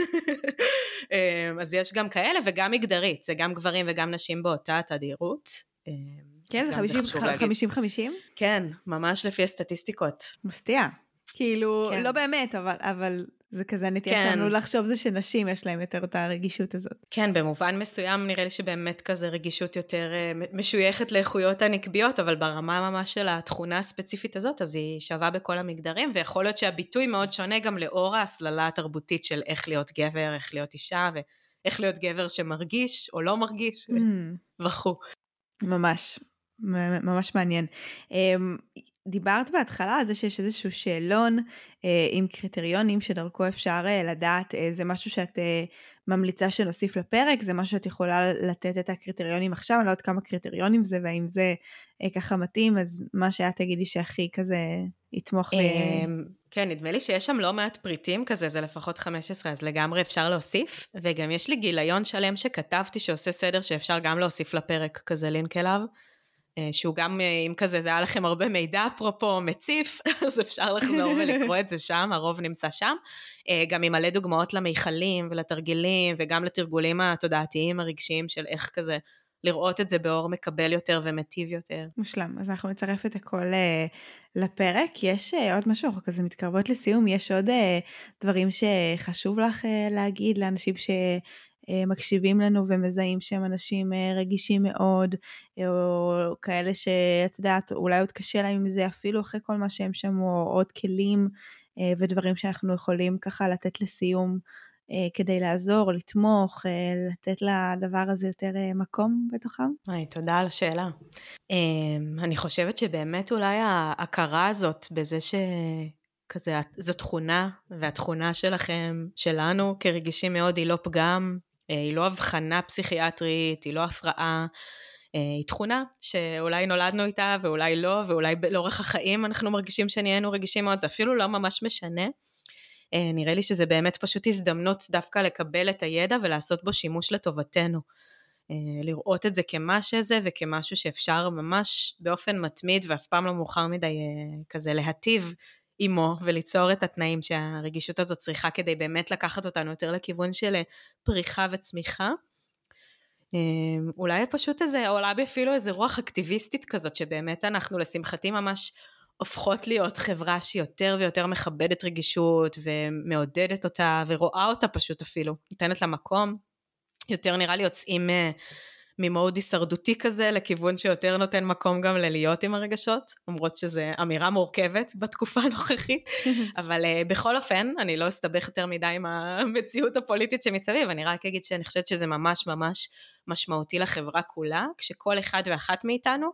[SPEAKER 2] אז יש גם כאלה וגם מגדרית, זה גם גברים וגם נשים באותה תדירות.
[SPEAKER 1] כן, זה חמישים חמישים?
[SPEAKER 2] כן, ממש לפי הסטטיסטיקות.
[SPEAKER 1] מפתיע. כאילו, כן. לא באמת, אבל, אבל זה כזה נטייה כן. שלנו לחשוב זה שנשים יש להם יותר את הרגישות הזאת.
[SPEAKER 2] כן, במובן מסוים נראה לי שבאמת כזה רגישות יותר משויכת לאיכויות הנקביות, אבל ברמה ממש של התכונה הספציפית הזאת, אז היא שווה בכל המגדרים, ויכול להיות שהביטוי מאוד שונה גם לאור ההסללה התרבותית של איך להיות גבר, איך להיות אישה, ואיך להיות גבר שמרגיש או לא מרגיש, mm. וכו'.
[SPEAKER 1] ממש, ממש מעניין. דיברת בהתחלה על זה שיש איזשהו שאלון אה, עם קריטריונים שדרכו אפשר אה, לדעת אה, זה משהו שאת אה, ממליצה שנוסיף לפרק, זה משהו שאת יכולה לתת את הקריטריונים עכשיו, אני לא יודעת כמה קריטריונים זה, והאם זה אה, ככה מתאים, אז מה שאת תגידי שהכי כזה יתמוך ב...
[SPEAKER 2] כן, נדמה לי שיש שם לא מעט פריטים כזה, זה לפחות חמש עשרה, אז לגמרי אפשר להוסיף, וגם יש לי גיליון שלם שכתבתי שעושה סדר שאפשר גם להוסיף לפרק כזה לינק אליו, שהוא גם, אם כזה, זה היה לכם הרבה מידע, אפרופו מציף, אז אפשר לחזור ולקרוא את זה שם, הרוב נמצא שם, גם עם מלא דוגמאות למיכלים ולתרגילים, וגם לתרגולים התודעתיים הרגשיים של איך כזה, לראות את זה באור מקבל יותר ומטיב יותר.
[SPEAKER 1] מושלם, אז אנחנו נצרף את הכל לפרק, יש עוד משהו, כזה מתקרבות לסיום, יש עוד דברים שחשוב לך להגיד לאנשים ש... מקשיבים לנו ומזהים שהם אנשים רגישים מאוד, או כאלה שאת יודעת, אולי עוד קשה להם עם זה, אפילו אחרי כל מה שהם שמעו, עוד כלים ודברים שאנחנו יכולים ככה לתת לסיום, כדי לעזור, לתמוך, לתת לדבר הזה יותר מקום בתוכם.
[SPEAKER 2] היי, תודה על השאלה. אני חושבת שבאמת אולי ההכרה הזאת, בזה ש... כזה, זו תכונה, והתכונה שלכם, שלנו, כרגישים מאוד, היא לא פגם, היא לא הבחנה פסיכיאטרית, היא לא הפרעה, היא תכונה שאולי נולדנו איתה, ואולי לא, ואולי לאורך החיים אנחנו מרגישים שנהיינו רגישים מאוד, זה אפילו לא ממש משנה. נראה לי שזה באמת פשוט הזדמנות דווקא לקבל את הידע, ולעשות בו שימוש לטובתנו. לראות את זה כמה שזה, וכמשהו שאפשר ממש באופן מתמיד, ואף פעם לא מאוחר מדי כזה להטיב, עמו, וליצור את התנאים שהרגישות הזאת צריכה, כדי באמת לקחת אותנו יותר לכיוון של פריחה וצמיחה. אולי פשוט איזה, עולה אפילו איזה רוח אקטיביסטית כזאת, שבאמת אנחנו לשמחתי ממש הופכות להיות חברה שהיא יותר ויותר מכבדת רגישות, ומעודדת אותה, ורואה אותה פשוט אפילו, נותנת לה מקום, יותר נראה לי יוצאים ממוד הישרדותי כזה, לכיוון שיותר נותן מקום גם ללהיות עם הרגשות, למרות שזו אמירה מורכבת בתקופה הנוכחית, אבל uh, בכל אופן, אני לא אסתבך יותר מדי עם המציאות הפוליטית שמסביב, אני רק אגיד שאני חושבת שזה ממש ממש משמעותי לחברה כולה, כשכל אחד ואחת מאיתנו,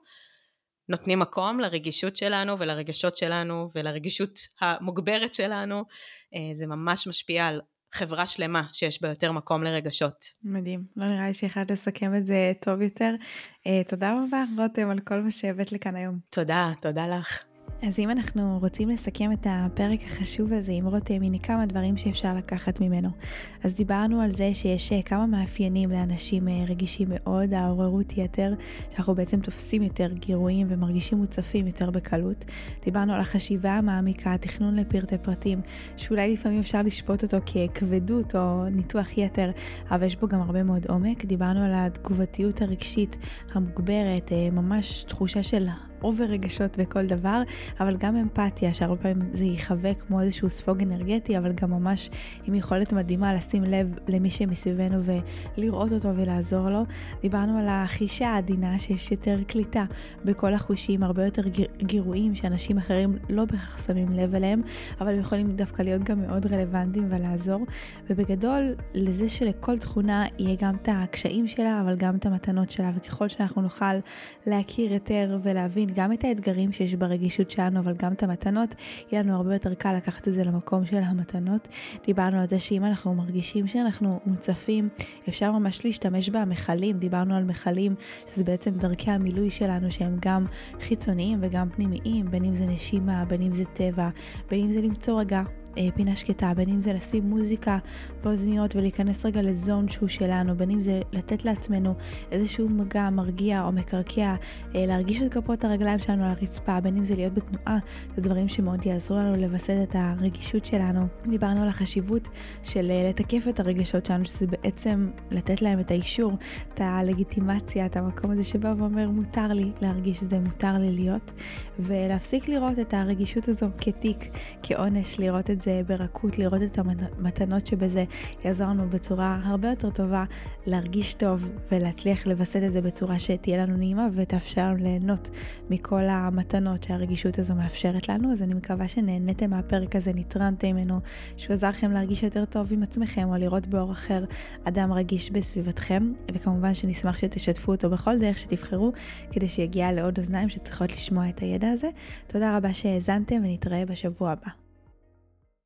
[SPEAKER 2] נותנים מקום לרגישות שלנו ולרגשות שלנו ולרגישות המוגברת שלנו, זה ממש משפיע על חברה שלמה שיש בה יותר מקום לרגשות.
[SPEAKER 1] מדהים, לא נראה לי שיכולת לסכם את זה טוב יותר. תודה רבה רותם על כל מה שהבאת לכאן היום.
[SPEAKER 2] תודה, תודה לך.
[SPEAKER 1] אז אם אנחנו רוצים לסכם את הפרק החשוב הזה עם רותם, הנה כמה דברים שאפשר לקחת ממנו. אז דיברנו על זה שיש כמה מאפיינים לאנשים רגישים מאוד, העוררות יתר, שאנחנו בעצם תופסים יותר גירויים ומרגישים מוצפים יותר בקלות. דיברנו על החשיבה המעמיקה, התכנון לפרטי פרטים, שאולי לפעמים אפשר לשפוט אותו ככבדות או ניתוח יתר, אבל יש בו גם הרבה מאוד עומק. דיברנו על התגובתיות הרגשית המוגברת, ממש תחושה של אובר רגשות בכל דבר, אבל גם אמפתיה, שהרבה פעמים זה ייחווה כמו איזשהו ספוג אנרגטי, אבל גם ממש עם יכולת מדהימה לשים לב למי שמסביבנו ולראות אותו ולעזור לו. דיברנו על החישה העדינה, שיש יותר קליטה בכל החושים, הרבה יותר גירויים שאנשים אחרים לא בהכרח שמים לב אליהם, אבל הם יכולים דווקא להיות גם מאוד רלוונטיים ולעזור. ובגדול, לזה שלכל תכונה יהיה גם את הקשיים שלה, אבל גם את המתנות שלה, וככל שאנחנו נוכל להכיר יותר ולהבין גם את האתגרים שיש ברגישות שלנו, אבל גם את המתנות, יהיה לנו הרבה יותר קל לקחת את זה למקום של המתנות. דיברנו על זה שאם אנחנו מרגישים שאנחנו מוצפים, אפשר ממש להשתמש במחלים. דיברנו על מחלים, שזה בעצם דרכי המילוי שלנו, שהם גם חיצוניים וגם פנימיים, בין אם זה נשימה, בין אם זה טבע, בין אם זה למצוא רגע פינה שקטה, בין אם זה לשים מוזיקה באוזניות ולהיכנס רגע לזון שהוא שלנו, בין אם זה לתת לעצמנו איזשהו מגע מרגיע או מקרקע, להרגיש את כפות הרגליים שלנו על הרצפה, בין אם זה להיות בתנועה, זה דברים שמאוד יעזרו לנו לבסס את הרגישות שלנו. דיברנו על החשיבות של לתקף את הרגשות שלנו, שזה בעצם לתת להם את האישור, את הלגיטימציה, את המקום הזה שבא ואומר מותר לי להרגיש את זה, מותר לי להיות, ולהפסיק לראות את הרגישות הזו כתיק, כעונש, לראות את זה ברכות, לראות את המתנות שבזה יעזור לנו בצורה הרבה יותר טובה להרגיש טוב ולהצליח לבסס את זה בצורה שתהיה לנו נעימה ותאפשר לנו ליהנות מכל המתנות שהרגישות הזו מאפשרת לנו. אז אני מקווה שנהניתם מהפרק הזה, נתרמתם ממנו, שהוא עזר לכם להרגיש יותר טוב עם עצמכם או לראות באור אחר אדם רגיש בסביבתכם, וכמובן שנשמח שתשתפו אותו בכל דרך שתבחרו כדי שיגיע לעוד אוזניים שצריכות לשמוע את הידע הזה. תודה רבה שהאזנתם ונתראה בשבוע הבא.